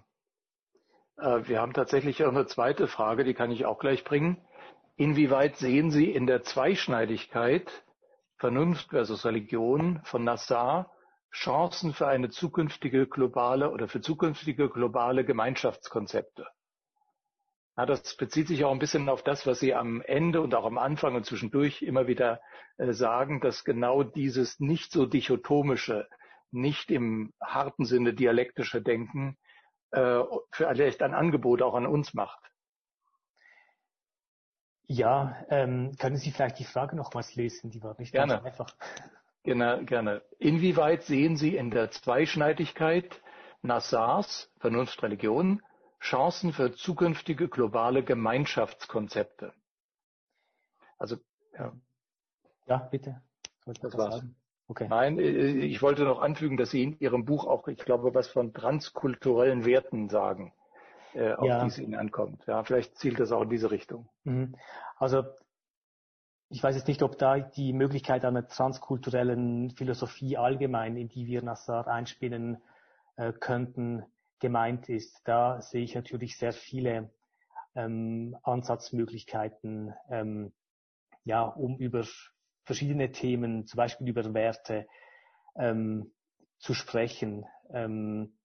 Äh, wir haben tatsächlich auch eine zweite Frage, die kann ich auch gleich bringen. Inwieweit sehen Sie in der Zweischneidigkeit Vernunft versus Religion von Nassar Chancen für eine zukünftige globale oder für zukünftige globale Gemeinschaftskonzepte? Ja, das bezieht sich auch ein bisschen auf das, was Sie am Ende und auch am Anfang und zwischendurch immer wieder äh, sagen, dass genau dieses nicht so dichotomische, nicht im harten Sinne dialektische Denken äh, vielleicht ein Angebot auch an uns macht. Ja, ähm, können Sie vielleicht die Frage nochmals lesen? Die war nicht Gerne. ganz einfach. Gerne, gerne. Inwieweit sehen Sie in der Zweischneidigkeit Nassars Vernunft, Religion Chancen für zukünftige globale Gemeinschaftskonzepte. Also, ja. Ja, bitte. Das war's. Sagen? Okay. Nein, ich wollte noch anfügen, dass Sie in Ihrem Buch auch, ich glaube, was von transkulturellen Werten sagen, äh, auf Ja. die es Ihnen ankommt. Ja, vielleicht zielt das auch in diese Richtung. Also, ich weiß jetzt nicht, ob da die Möglichkeit einer transkulturellen Philosophie allgemein, in die wir Nassar einspinnen äh, könnten, gemeint ist. Da sehe ich natürlich sehr viele ähm, Ansatzmöglichkeiten, ähm, ja, um über verschiedene Themen, zum Beispiel über Werte, ähm, zu sprechen. Ähm,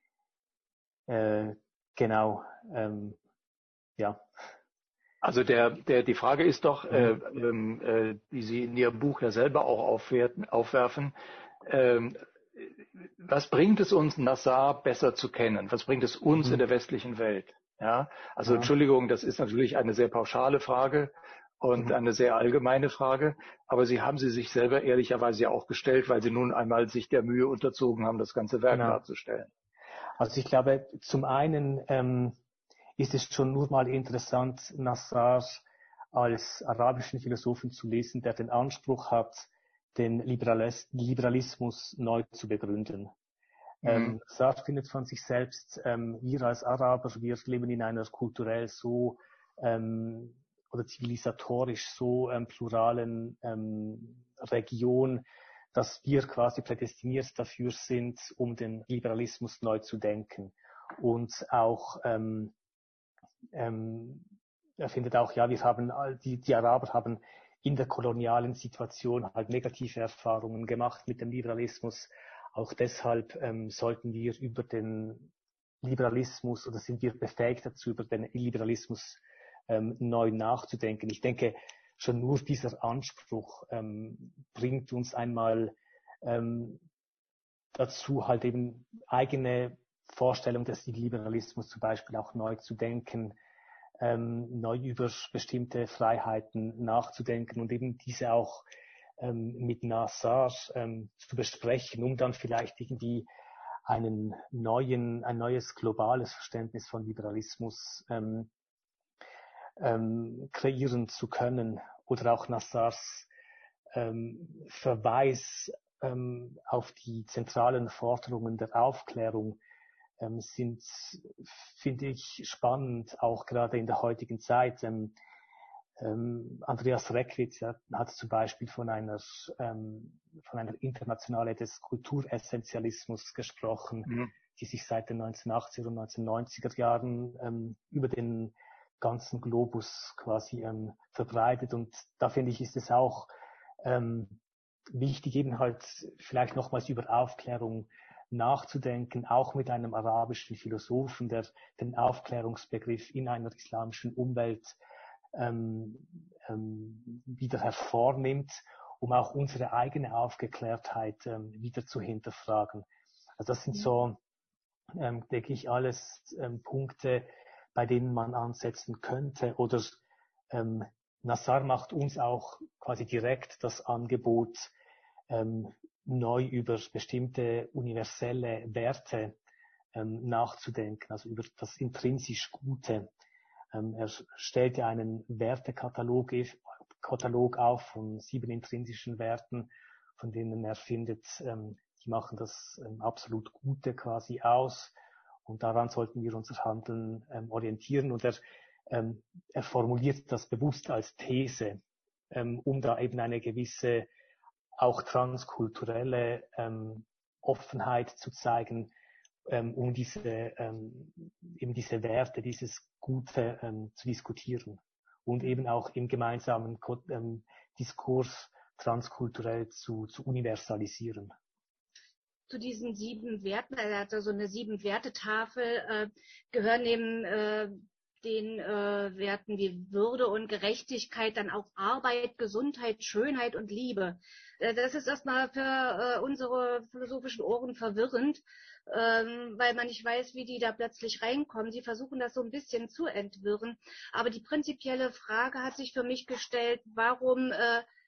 äh, genau, ähm, ja. Also der, der, die Frage ist doch, äh, äh, die Sie in Ihrem Buch ja selber auch aufwerten, aufwerfen, äh, was bringt es uns, Nassar besser zu kennen? Was bringt es uns mhm. in der westlichen Welt? Ja, also ja. Entschuldigung, das ist natürlich eine sehr pauschale Frage und mhm. eine sehr allgemeine Frage, aber Sie haben sie sich selber ehrlicherweise ja auch gestellt, weil Sie nun einmal sich der Mühe unterzogen haben, das ganze Werk genau. darzustellen. Also ich glaube, zum einen ähm, ist es schon nur mal interessant, Nassar als arabischen Philosophen zu lesen, der den Anspruch hat, den Liberalis- Liberalismus neu zu begründen. Mhm. Ähm, Nassar findet von sich selbst, ähm, wir als Araber, wir leben in einer kulturell so ähm, oder zivilisatorisch so ähm, pluralen ähm, Region, dass wir quasi prädestiniert dafür sind, um den Liberalismus neu zu denken. Und auch ähm, ähm, er findet auch, ja, wir haben, die, die Araber haben in der kolonialen Situation halt negative Erfahrungen gemacht mit dem Liberalismus. Auch deshalb ähm, sollten wir über den Liberalismus oder sind wir befähigt dazu, über den Liberalismus ähm, neu nachzudenken. Ich denke, schon nur dieser Anspruch ähm, bringt uns einmal ähm, dazu, halt eben eigene Vorstellungen des Liberalismus zum Beispiel auch neu zu denken, ähm, neu über bestimmte Freiheiten nachzudenken und eben diese auch ähm, mit Nassar ähm, zu besprechen, um dann vielleicht irgendwie einen neuen, ein neues globales Verständnis von Liberalismus ähm, ähm, kreieren zu können. Oder auch Nassars ähm, Verweis ähm, auf die zentralen Forderungen der Aufklärung ähm, sind, finde ich, spannend, auch gerade in der heutigen Zeit. Ähm, ähm, Andreas Reckwitz ja, hat zum Beispiel von einer, ähm, von einer Internationale des Kulturessentialismus gesprochen, mhm. die sich seit den neunzehnhundertachtziger und neunzehnhundertneunziger Jahren ähm, über den ganzen Globus quasi ähm, verbreitet. Und da finde ich, ist es auch ähm, wichtig, eben halt vielleicht nochmals über Aufklärung nachzudenken, auch mit einem arabischen Philosophen, der den Aufklärungsbegriff in einer islamischen Umwelt ähm, ähm, wieder hervornimmt, um auch unsere eigene Aufgeklärtheit ähm, wieder zu hinterfragen. Also das sind so, ähm, denke ich, alles ähm, Punkte, bei denen man ansetzen könnte. Oder ähm, Nassar macht uns auch quasi direkt das Angebot, ähm, neu über bestimmte universelle Werte ähm, nachzudenken, also über das intrinsisch Gute. Ähm, er stellt ja einen Wertekatalog Katalog auf von sieben intrinsischen Werten, von denen er findet, ähm, die machen das ähm, absolut Gute quasi aus. Und daran sollten wir unser Handeln ähm, orientieren. Und er, ähm, er formuliert das bewusst als These, ähm, um da eben eine gewisse auch transkulturelle ähm, Offenheit zu zeigen, ähm, um diese ähm, eben diese Werte, dieses Gute ähm, zu diskutieren und eben auch im gemeinsamen ähm, Diskurs transkulturell zu, zu universalisieren. Zu diesen sieben Werten, er hat so eine sieben-Werte-Tafel, äh, gehören neben äh, den äh, Werten wie Würde und Gerechtigkeit dann auch Arbeit, Gesundheit, Schönheit und Liebe. Äh, das ist erstmal für äh, unsere philosophischen Ohren verwirrend, ähm, weil man nicht weiß, wie die da plötzlich reinkommen. Sie versuchen das so ein bisschen zu entwirren. Aber die prinzipielle Frage hat sich für mich gestellt, warum äh,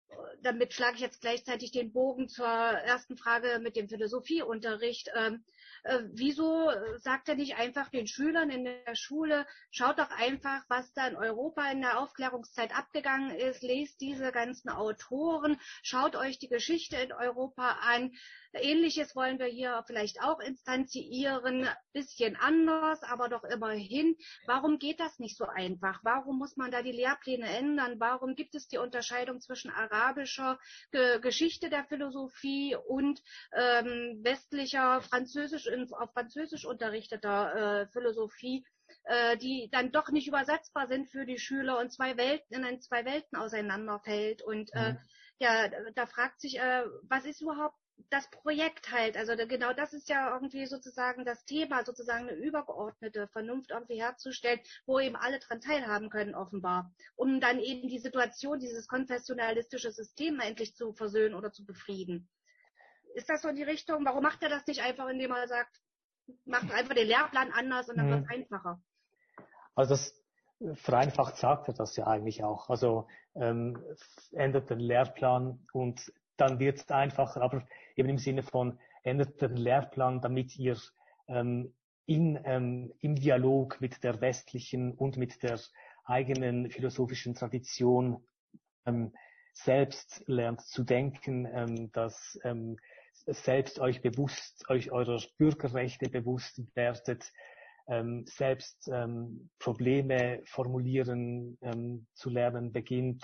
damit schlage ich jetzt gleichzeitig den Bogen zur ersten Frage mit dem Philosophieunterricht. Ähm, äh, wieso sagt er nicht einfach den Schülern in der Schule, schaut doch einfach, was da in Europa in der Aufklärungszeit abgegangen ist, lest diese ganzen Autoren, schaut euch die Geschichte in Europa an. Ähnliches wollen wir hier vielleicht auch instanzieren, bisschen anders, aber doch immerhin. Warum geht das nicht so einfach? Warum muss man da die Lehrpläne ändern? Warum gibt es die Unterscheidung zwischen arabischer Ge- Geschichte der Philosophie und ähm, westlicher, französisch auf Französisch unterrichteter äh, Philosophie, äh, die dann doch nicht übersetzbar sind für die Schüler und zwei Welten in ein zwei Welten auseinanderfällt? Und äh, Mhm. ja, da fragt sich, äh, was ist überhaupt das Projekt halt, also da, genau das ist ja irgendwie sozusagen das Thema, sozusagen eine übergeordnete Vernunft irgendwie herzustellen, wo eben alle dran teilhaben können offenbar, um dann eben die Situation, dieses konfessionalistische System endlich zu versöhnen oder zu befrieden. Ist das so in die Richtung? Warum macht er das nicht einfach, indem er sagt, macht einfach den Lehrplan anders und dann Mhm. wird es einfacher? Also das vereinfacht sagt er das ja eigentlich auch. Also ähm, ändert den Lehrplan und dann wird es einfacher, aber eben im Sinne von ändert den Lehrplan, damit ihr ähm, in, ähm, im Dialog mit der westlichen und mit der eigenen philosophischen Tradition ähm, selbst lernt zu denken, ähm, dass ähm, selbst euch bewusst, euch eurer Bürgerrechte bewusst werdet, ähm, selbst ähm, Probleme formulieren ähm, zu lernen beginnt.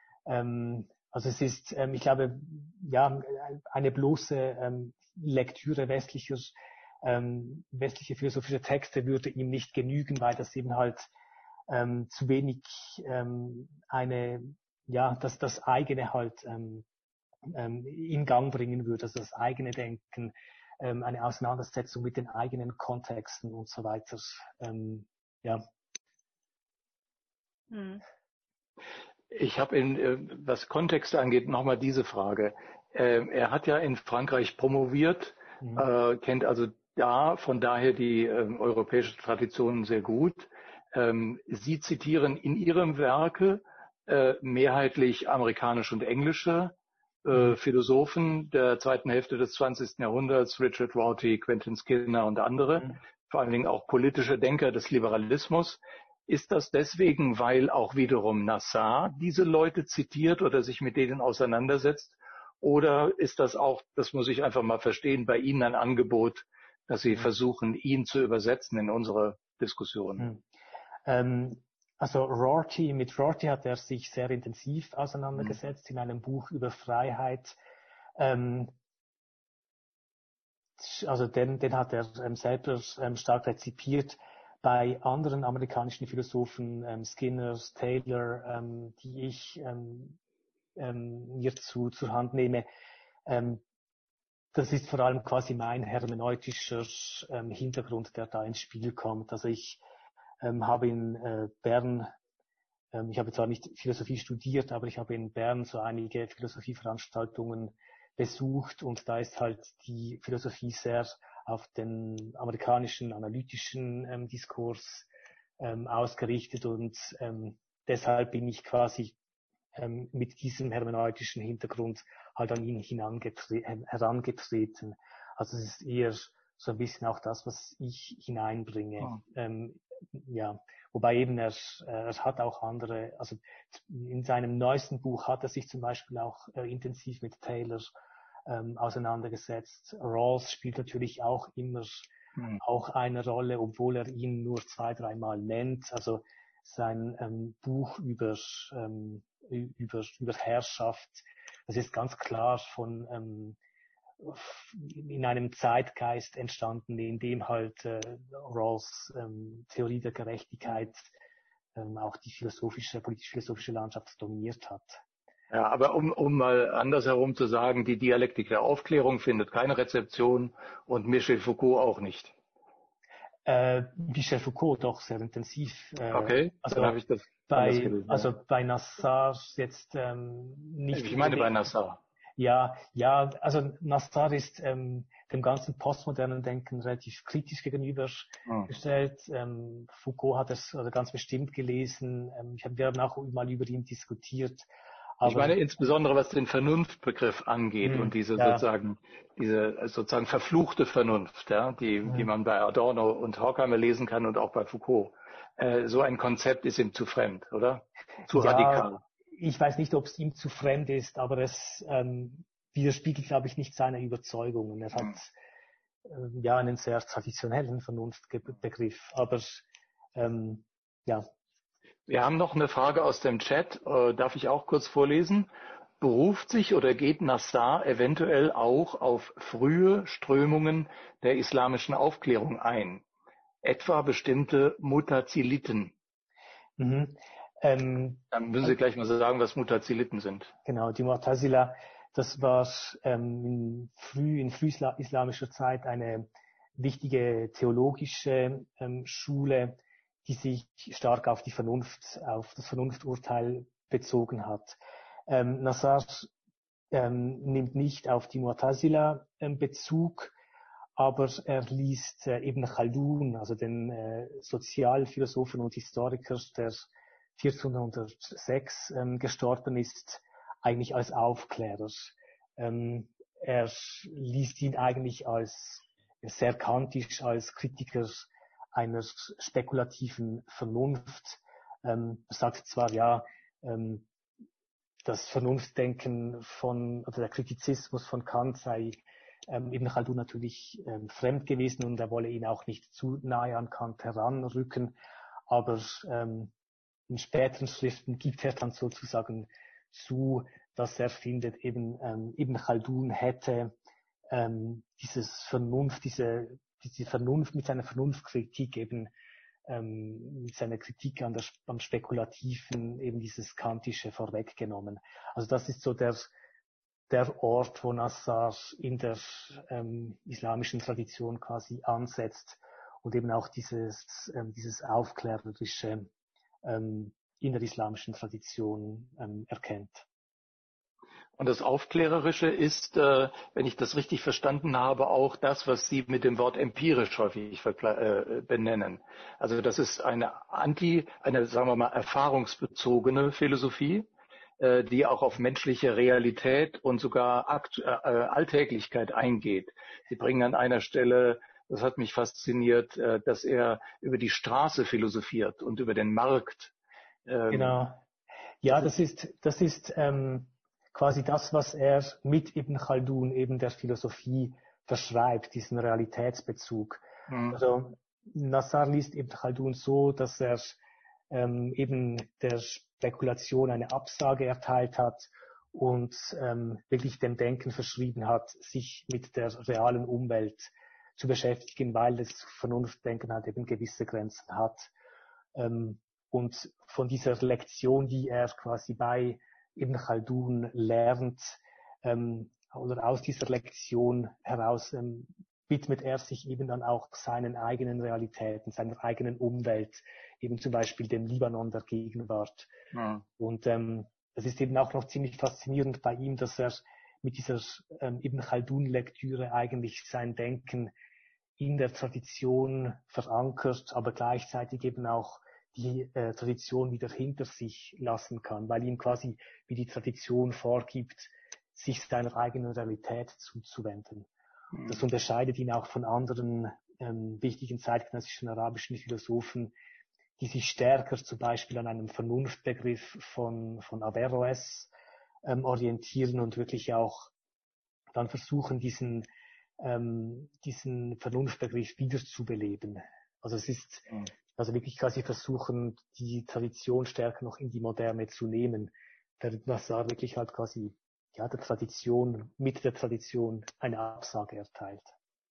Ähm, also es ist, ähm, ich glaube, ja, eine bloße ähm, Lektüre westlicher, ähm, westliche philosophische Texte würde ihm nicht genügen, weil das eben halt ähm, zu wenig ähm, eine, ja, dass das eigene halt ähm, ähm, in Gang bringen würde, also das eigene Denken, ähm, eine Auseinandersetzung mit den eigenen Kontexten und so weiter. Ähm, ja. Hm. Ich habe in, äh, was Kontexte angeht, nochmal diese Frage. Äh, er hat ja in Frankreich promoviert, Mhm. äh, kennt also da von daher die äh, europäische Tradition sehr gut. Ähm, Sie zitieren in Ihrem Werke äh, mehrheitlich amerikanische und englische äh, Mhm. Philosophen der zweiten Hälfte des zwanzigsten Jahrhunderts, Richard Rorty, Quentin Skinner und andere, Mhm. vor allen Dingen auch politische Denker des Liberalismus. Ist das deswegen, weil auch wiederum Nassar diese Leute zitiert oder sich mit denen auseinandersetzt? Oder ist das auch, das muss ich einfach mal verstehen, bei Ihnen ein Angebot, dass Sie Mhm. versuchen, ihn zu übersetzen in unsere Diskussion? Mhm. Ähm, also Rorty, mit Rorty hat er sich sehr intensiv auseinandergesetzt in einem Buch über Freiheit. Ähm, also den, den hat er ähm, selber ähm, stark rezipiert. Bei anderen amerikanischen Philosophen, ähm, Skinner, Taylor, ähm, die ich ähm, ähm, mir zu, zur Hand nehme, ähm, das ist vor allem quasi mein hermeneutischer ähm, Hintergrund, der da ins Spiel kommt. Also ich ähm, habe in äh, Bern, ähm, ich habe zwar nicht Philosophie studiert, aber ich habe in Bern so einige Philosophieveranstaltungen besucht und da ist halt die Philosophie sehr auf den amerikanischen analytischen ähm, Diskurs ähm, ausgerichtet und ähm, deshalb bin ich quasi ähm, mit diesem hermeneutischen Hintergrund halt an ihn hinangetre- äh, herangetreten. Also es ist eher so ein bisschen auch das, was ich hineinbringe. Oh. Ähm, ja, wobei eben er, er hat auch andere, also in seinem neuesten Buch hat er sich zum Beispiel auch äh, intensiv mit Taylor ähm, auseinandergesetzt. Rawls spielt natürlich auch immer Hm. auch eine Rolle, obwohl er ihn nur zwei, dreimal nennt. Also sein ähm, Buch über, ähm, über, über Herrschaft, das ist ganz klar von ähm, in einem Zeitgeist entstanden, in dem halt äh, Rawls ähm, Theorie der Gerechtigkeit ähm, auch die philosophische, politisch-philosophische Landschaft dominiert hat. Ja, aber um, um mal andersherum zu sagen, die Dialektik der Aufklärung findet keine Rezeption und Michel Foucault auch nicht. Äh, Michel Foucault doch sehr intensiv. Äh, Okay, dann habe also ich das anders bei gelesen. also Ja. bei Nassar jetzt ähm, nicht Ich meine bei unbedingt. Nassar. Ja, ja, also Nassar ist ähm, dem ganzen postmodernen Denken relativ kritisch gegenübergestellt. Hm. Ähm, Foucault hat es also ganz bestimmt gelesen. Ähm, ich hab, wir haben auch mal über ihn diskutiert. Aber, ich meine insbesondere, was den Vernunftbegriff angeht mh, und diese ja. sozusagen diese sozusagen verfluchte Vernunft, ja, die, mh. die man bei Adorno und Horkheimer lesen kann und auch bei Foucault. Äh, so ein Konzept ist ihm zu fremd, oder? Zu ja, radikal. Ich weiß nicht, ob es ihm zu fremd ist, aber es ähm, widerspiegelt, glaube ich, nicht seine Überzeugungen. Er hat äh, ja einen sehr traditionellen Vernunftbegriff, aber ähm, ja. Wir haben noch eine Frage aus dem Chat, äh, darf ich auch kurz vorlesen? Beruft sich oder geht Nassar eventuell auch auf frühe Strömungen der islamischen Aufklärung ein, etwa bestimmte Mutaziliten? Mhm. Ähm, Dann müssen Sie gleich mal sagen, was Mutaziliten sind. Genau, die Mu'tazila, das war ähm, in, früh, in frühislamischer Zeit eine wichtige theologische ähm, Schule, die sich stark auf die Vernunft, auf das Vernunfturteil bezogen hat. Ähm, Nassar ähm, nimmt nicht auf die Mu'tazila ähm, Bezug, aber er liest äh, Ibn Khaldun, also den äh, Sozialphilosophen und Historiker, der vierzehnhundertsechs ähm, gestorben ist, eigentlich als Aufklärer. Ähm, er liest ihn eigentlich als sehr kantisch, als Kritiker einer spekulativen Vernunft. Ähm, er sagt zwar, ja, ähm, das Vernunftdenken von, oder der Kritizismus von Kant sei ähm, Ibn Khaldun natürlich ähm, fremd gewesen und er wolle ihn auch nicht zu nahe an Kant heranrücken, aber ähm, in späteren Schriften gibt er dann sozusagen zu, dass er findet, eben ähm, Ibn Khaldun hätte ähm, dieses Vernunft, diese, diese Vernunft mit seiner Vernunftkritik eben ähm, mit seiner Kritik an der, am Spekulativen eben dieses Kantische vorweggenommen. Also das ist so der der Ort, wo Nassar in der ähm, islamischen Tradition quasi ansetzt und eben auch dieses ähm, dieses aufklärerische ähm, in der islamischen Tradition ähm, erkennt. Und das Aufklärerische ist, äh, wenn ich das richtig verstanden habe, auch das, was Sie mit dem Wort empirisch häufig äh, benennen. Also das ist eine anti, eine, sagen wir mal, erfahrungsbezogene Philosophie, äh, die auch auf menschliche Realität und sogar Akt, äh, Alltäglichkeit eingeht. Sie bringen an einer Stelle, das hat mich fasziniert, äh, dass er über die Straße philosophiert und über den Markt. Ähm, genau. Ja, das ist, das ist ähm, quasi das, was er mit Ibn Khaldun eben der Philosophie verschreibt, diesen Realitätsbezug. Mhm. Also Nassar liest Ibn Khaldun so, dass er ähm, eben der Spekulation eine Absage erteilt hat und ähm, wirklich dem Denken verschrieben hat, sich mit der realen Umwelt zu beschäftigen, weil das Vernunftdenken halt eben gewisse Grenzen hat. Ähm, und von dieser Lektion, die er quasi bei Ibn Khaldun lernt, ähm, oder aus dieser Lektion heraus ähm, widmet er sich eben dann auch seinen eigenen Realitäten, seiner eigenen Umwelt, eben zum Beispiel dem Libanon der Gegenwart. Ja. Und ähm, es ist eben auch noch ziemlich faszinierend bei ihm, dass er mit dieser ähm, Ibn Khaldun-Lektüre eigentlich sein Denken in der Tradition verankert, aber gleichzeitig eben auch die äh, Tradition wieder hinter sich lassen kann, weil ihm quasi wie die Tradition vorgibt, sich seiner eigenen Realität zuzuwenden. Mhm. Das unterscheidet ihn auch von anderen ähm, wichtigen zeitgenössischen arabischen Philosophen, die sich stärker zum Beispiel an einem Vernunftbegriff von, von Averroes ähm, orientieren und wirklich auch dann versuchen, diesen, ähm, diesen Vernunftbegriff wiederzubeleben. Also es ist, mhm. also wirklich quasi versuchen, die Tradition stärker noch in die Moderne zu nehmen. Der Nassar wirklich halt quasi, ja, der Tradition, mit der Tradition eine Absage erteilt.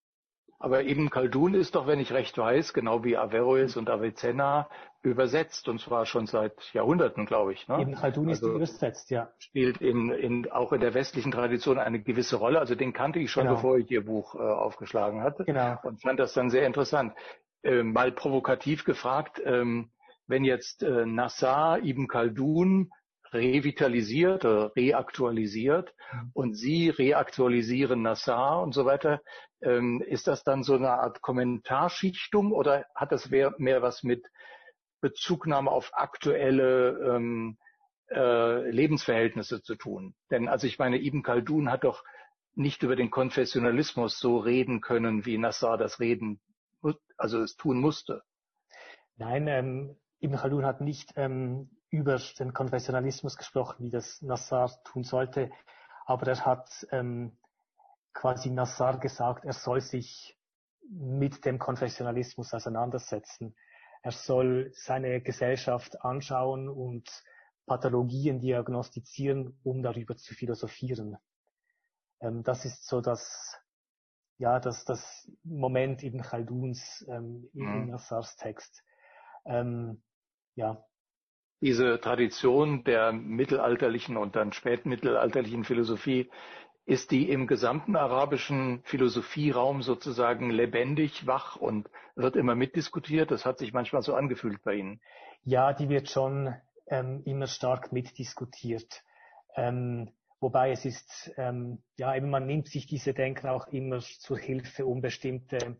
Aber Ibn Khaldun ist doch, wenn ich recht weiß, genau wie Averroes mhm. und Avicenna übersetzt, und zwar schon seit Jahrhunderten, glaube ich. Ne? Ibn Khaldun also ist übersetzt, ja. Spielt in, in, auch in der westlichen Tradition eine gewisse Rolle. Also den kannte ich schon, genau. bevor ich Ihr Buch äh, aufgeschlagen hatte. Genau. Und fand das dann sehr interessant. Äh, mal provokativ gefragt, ähm, wenn jetzt äh, Nassar Ibn Khaldun revitalisiert oder reaktualisiert mhm. und Sie reaktualisieren Nassar und so weiter, ähm, ist das dann so eine Art Kommentarschichtung oder hat das mehr, mehr was mit Bezugnahme auf aktuelle ähm, äh, Lebensverhältnisse zu tun. Denn also ich meine, Ibn Khaldun hat doch nicht über den Konfessionalismus so reden können, wie Nassar das reden, also es tun musste. Nein, ähm, Ibn Khaldun hat nicht ähm, über den Konfessionalismus gesprochen, wie das Nassar tun sollte, aber er hat ähm, quasi Nassar gesagt, er soll sich mit dem Konfessionalismus auseinandersetzen. Er soll seine Gesellschaft anschauen und Pathologien diagnostizieren, um darüber zu philosophieren. Ähm, das ist so das, ja, das, das Moment Ibn Khalduns ähm, in, in Nassars Text. Ähm, ja. Diese Tradition der mittelalterlichen und dann spätmittelalterlichen Philosophie, ist die im gesamten arabischen Philosophieraum sozusagen lebendig, wach und wird immer mitdiskutiert? Das hat sich manchmal so angefühlt bei Ihnen. Ja, die wird schon ähm, immer stark mitdiskutiert. Ähm, wobei es ist, ähm, ja, eben man nimmt sich diese Denker auch immer zur Hilfe, um bestimmte,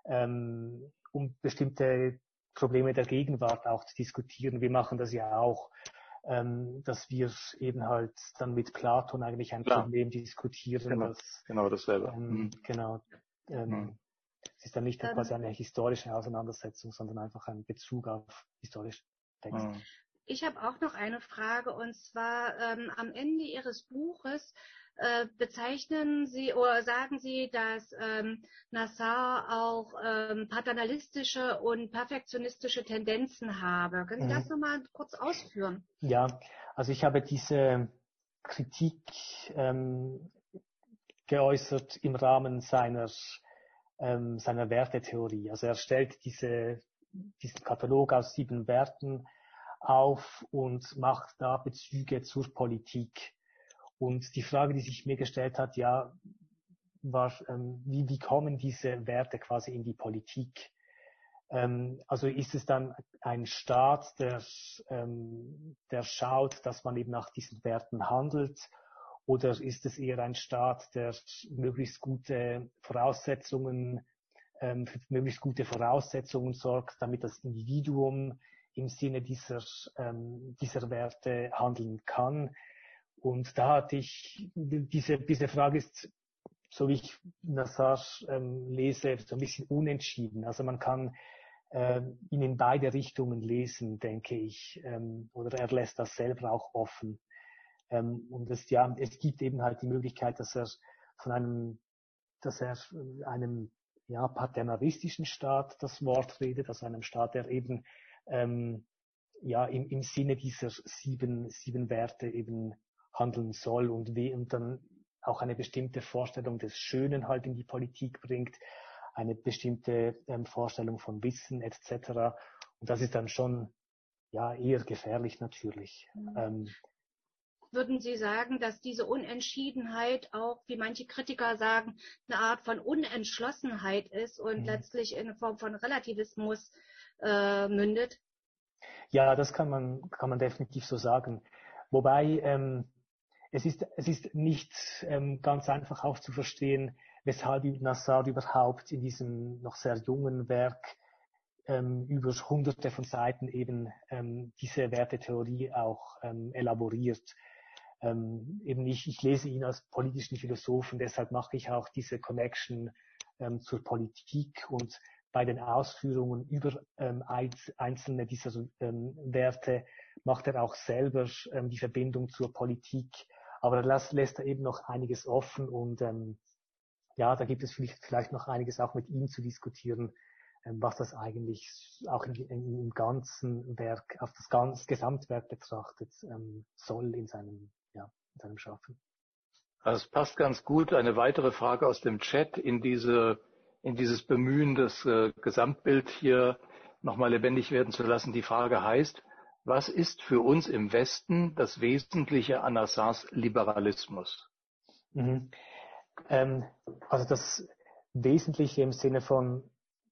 ähm, um bestimmte Probleme der Gegenwart auch zu diskutieren. Wir machen das ja auch, ähm, dass wir eben halt dann mit Platon eigentlich ein Klar. Problem diskutieren. Genau, das, genau dasselbe. Ähm, mhm. Genau. Ähm, mhm. Es ist dann nicht Ähm, quasi eine historische Auseinandersetzung, sondern einfach ein Bezug auf historische Texte. Mhm. Ich habe auch noch eine Frage, und zwar ähm, am Ende Ihres Buches äh, bezeichnen Sie oder sagen Sie, dass ähm, Nassar auch ähm, paternalistische und perfektionistische Tendenzen habe. Können Sie Mhm. das nochmal kurz ausführen? Ja, also ich habe diese Kritik ähm, geäußert im Rahmen seiner, ähm, seiner Wertetheorie. Also er stellt diese, diesen Katalog aus sieben Werten auf und macht da Bezüge zur Politik. Und die Frage, die sich mir gestellt hat, ja, war, ähm, wie, wie kommen diese Werte quasi in die Politik? Ähm, also ist es dann ein Staat, der, ähm, der schaut, dass man eben nach diesen Werten handelt? Oder ist es eher ein Staat, der möglichst gute Voraussetzungen, ähm, für möglichst gute Voraussetzungen sorgt, damit das Individuum im Sinne dieser, ähm, dieser Werte handeln kann? Und da hatte ich, diese, diese Frage ist, so wie ich Nassar ähm, lese, so ein bisschen unentschieden. Also man kann äh, ihn in beide Richtungen lesen, denke ich, ähm, oder er lässt das selber auch offen. Ähm, und es, ja, es gibt eben halt die Möglichkeit, dass er von einem, dass er einem ja, paternalistischen Staat das Wort redet, also einem Staat, der eben ähm, ja im, im Sinne dieser sieben, sieben Werte eben handeln soll und, wie, und dann auch eine bestimmte Vorstellung des Schönen halt in die Politik bringt, eine bestimmte ähm, Vorstellung von Wissen et cetera. Und das ist dann schon ja eher gefährlich natürlich. Mhm. Ähm, Würden Sie sagen, dass diese Unentschiedenheit auch, wie manche Kritiker sagen, eine Art von Unentschlossenheit ist und Mhm. letztlich in eine Form von Relativismus äh, mündet? Ja, das kann man, kann man definitiv so sagen. Wobei ähm, es ist, es ist nicht ähm, ganz einfach auch zu verstehen, weshalb Nassar überhaupt in diesem noch sehr jungen Werk ähm, über hunderte von Seiten eben ähm, diese Wertetheorie auch ähm, elaboriert. Ähm, eben ich, ich lese ihn als politischen Philosophen, deshalb mache ich auch diese Connection ähm, zur Politik und bei den Ausführungen über ähm, einzelne dieser ähm, Werte macht er auch selber ähm, die Verbindung zur Politik, aber er lässt, lässt er eben noch einiges offen und ähm, ja, da gibt es vielleicht, vielleicht noch einiges auch mit ihm zu diskutieren, ähm, was das eigentlich auch in, in, im ganzen Werk, auf das ganze Gesamtwerk betrachtet ähm, soll in seinem, ja, in seinem Schaffen. Also es passt ganz gut. Eine weitere Frage aus dem Chat in diese, in dieses Bemühen, das äh, Gesamtbild hier nochmal lebendig werden zu lassen. Die Frage heißt, was ist für uns im Westen das Wesentliche an Nassars Liberalismus? Mhm. Ähm, also das Wesentliche im Sinne von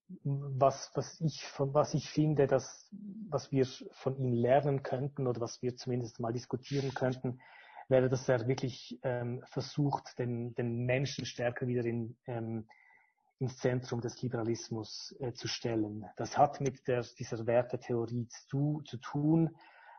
was, was ich, von was ich finde, dass, was wir von ihm lernen könnten oder was wir zumindest mal diskutieren könnten, wäre, dass er wirklich ähm, versucht, den, den Menschen stärker wieder in, ähm, ins Zentrum des Liberalismus äh, zu stellen. Das hat mit der, dieser Wertetheorie zu, zu tun.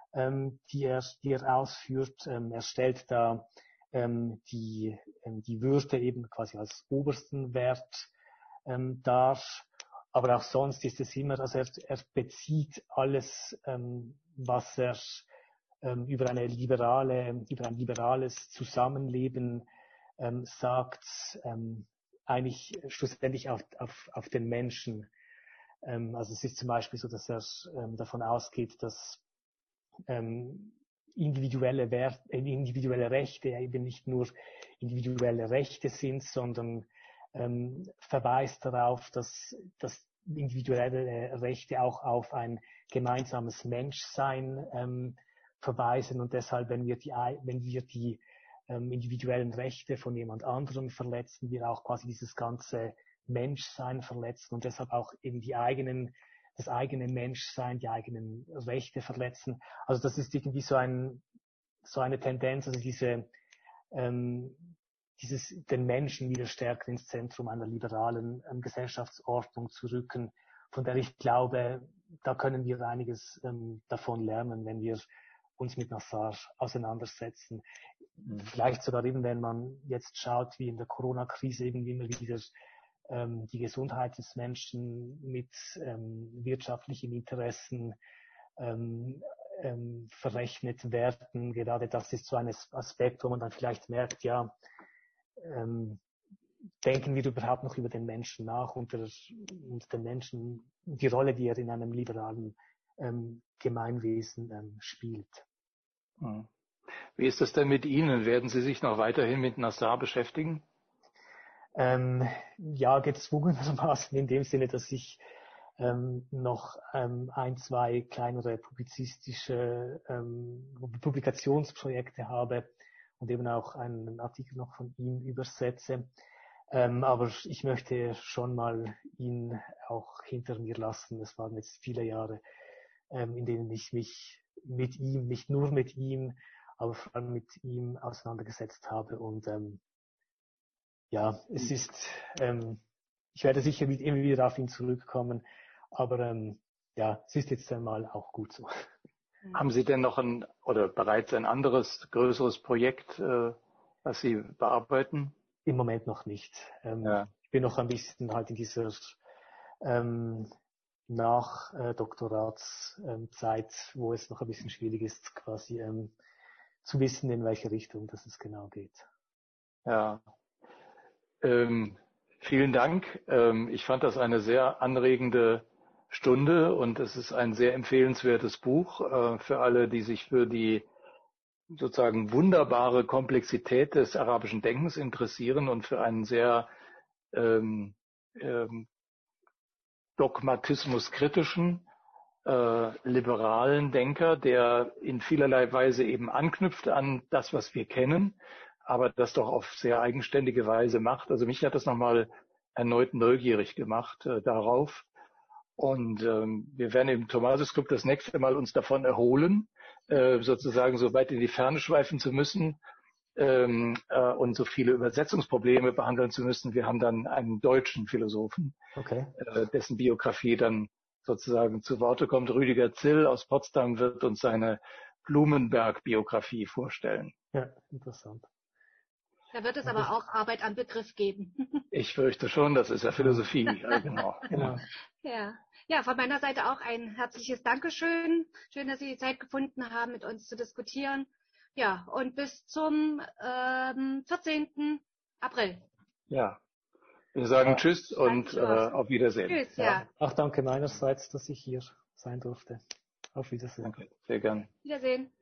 ähm, die er, die er ausführt. Ähm, er stellt da ähm, die, ähm, die Würde eben quasi als obersten Wert ähm, dar. Aber auch sonst ist es immer, also er, er bezieht alles, ähm, was er ähm, über eine liberale, über ein liberales Zusammenleben ähm, sagt, ähm, eigentlich schlussendlich auf, auf, auf den Menschen. Ähm, also es ist zum Beispiel so, dass er ähm, davon ausgeht, dass ähm, individuelle Wert, äh, individuelle Rechte eben nicht nur individuelle Rechte sind, sondern ähm, verweist darauf, dass, dass individuelle Rechte auch auf ein gemeinsames Menschsein ähm, verweisen und deshalb, wenn wir die, wenn wir die ähm, individuellen Rechte von jemand anderem verletzen, wir auch quasi dieses ganze Menschsein verletzen und deshalb auch eben die eigenen, das eigene Menschsein, die eigenen Rechte verletzen. Also das ist irgendwie so ein, so eine Tendenz, also diese, ähm, dieses, den Menschen wieder stärker ins Zentrum einer liberalen ähm, Gesellschaftsordnung zu rücken, von der ich glaube, da können wir einiges ähm, davon lernen, wenn wir uns mit Nassar auseinandersetzen. Mhm. Vielleicht sogar eben, wenn man jetzt schaut, wie in der Corona-Krise irgendwie immer wieder ähm, die Gesundheit des Menschen mit ähm, wirtschaftlichen Interessen ähm, ähm, verrechnet werden. Gerade das ist so ein Aspekt, wo man dann vielleicht merkt, ja, ähm, denken wir überhaupt noch über den Menschen nach und, der, und den Menschen, die Rolle, die er in einem liberalen ähm, Gemeinwesen ähm, spielt. Wie ist das denn mit Ihnen? Werden Sie sich noch weiterhin mit Nassar beschäftigen? Ähm, ja, gezwungenermaßen in dem Sinne, dass ich ähm, noch ähm, ein, zwei kleinere publizistische ähm, Publikationsprojekte habe und eben auch einen Artikel noch von ihm übersetze. Ähm, aber ich möchte schon mal ihn auch hinter mir lassen. Es waren jetzt viele Jahre, ähm, in denen ich mich mit ihm, nicht nur mit ihm, aber vor allem mit ihm auseinandergesetzt habe. Und ähm, ja, es ist, ähm, ich werde sicher mit, immer wieder auf ihn zurückkommen, aber ähm, ja, es ist jetzt einmal auch gut so. Haben Sie denn noch ein oder bereits ein anderes, größeres Projekt, äh, was Sie bearbeiten? Im Moment noch nicht. Ähm, ja. Ich bin noch ein bisschen halt in dieser ähm, nach äh, Doktoratszeit, ähm, wo es noch ein bisschen schwierig ist, quasi ähm, zu wissen, in welche Richtung das es genau geht. Ja. Ähm, vielen Dank. Ähm, ich fand das eine sehr anregende Stunde und es ist ein sehr empfehlenswertes Buch äh, für alle, die sich für die sozusagen wunderbare Komplexität des arabischen Denkens interessieren und für einen sehr ähm, ähm, dogmatismuskritischen, äh, liberalen Denker, der in vielerlei Weise eben anknüpft an das, was wir kennen, aber das doch auf sehr eigenständige Weise macht. Also mich hat das nochmal erneut neugierig gemacht äh, darauf. Und ähm, wir werden im Thomasius Club das nächste Mal uns davon erholen, äh, sozusagen so weit in die Ferne schweifen zu müssen ähm, äh, und so viele Übersetzungsprobleme behandeln zu müssen. Wir haben dann einen deutschen Philosophen, okay. äh, dessen Biografie dann sozusagen zu Worte kommt. Rüdiger Zill aus Potsdam wird uns seine Blumenberg-Biografie vorstellen. Ja, interessant. Da wird es aber auch Arbeit am Begriff geben. Ich fürchte schon, das ist ja Philosophie. Ja, genau. genau. Ja. Ja, von meiner Seite auch ein herzliches Dankeschön. Schön, dass Sie die Zeit gefunden haben, mit uns zu diskutieren. Ja, und bis zum ähm, vierzehnten April. Ja, wir sagen ja. Tschüss und äh, auf Wiedersehen. Tschüss, ja. ja. Ach, danke meinerseits, dass ich hier sein durfte. Auf Wiedersehen. Danke, sehr gern. Wiedersehen.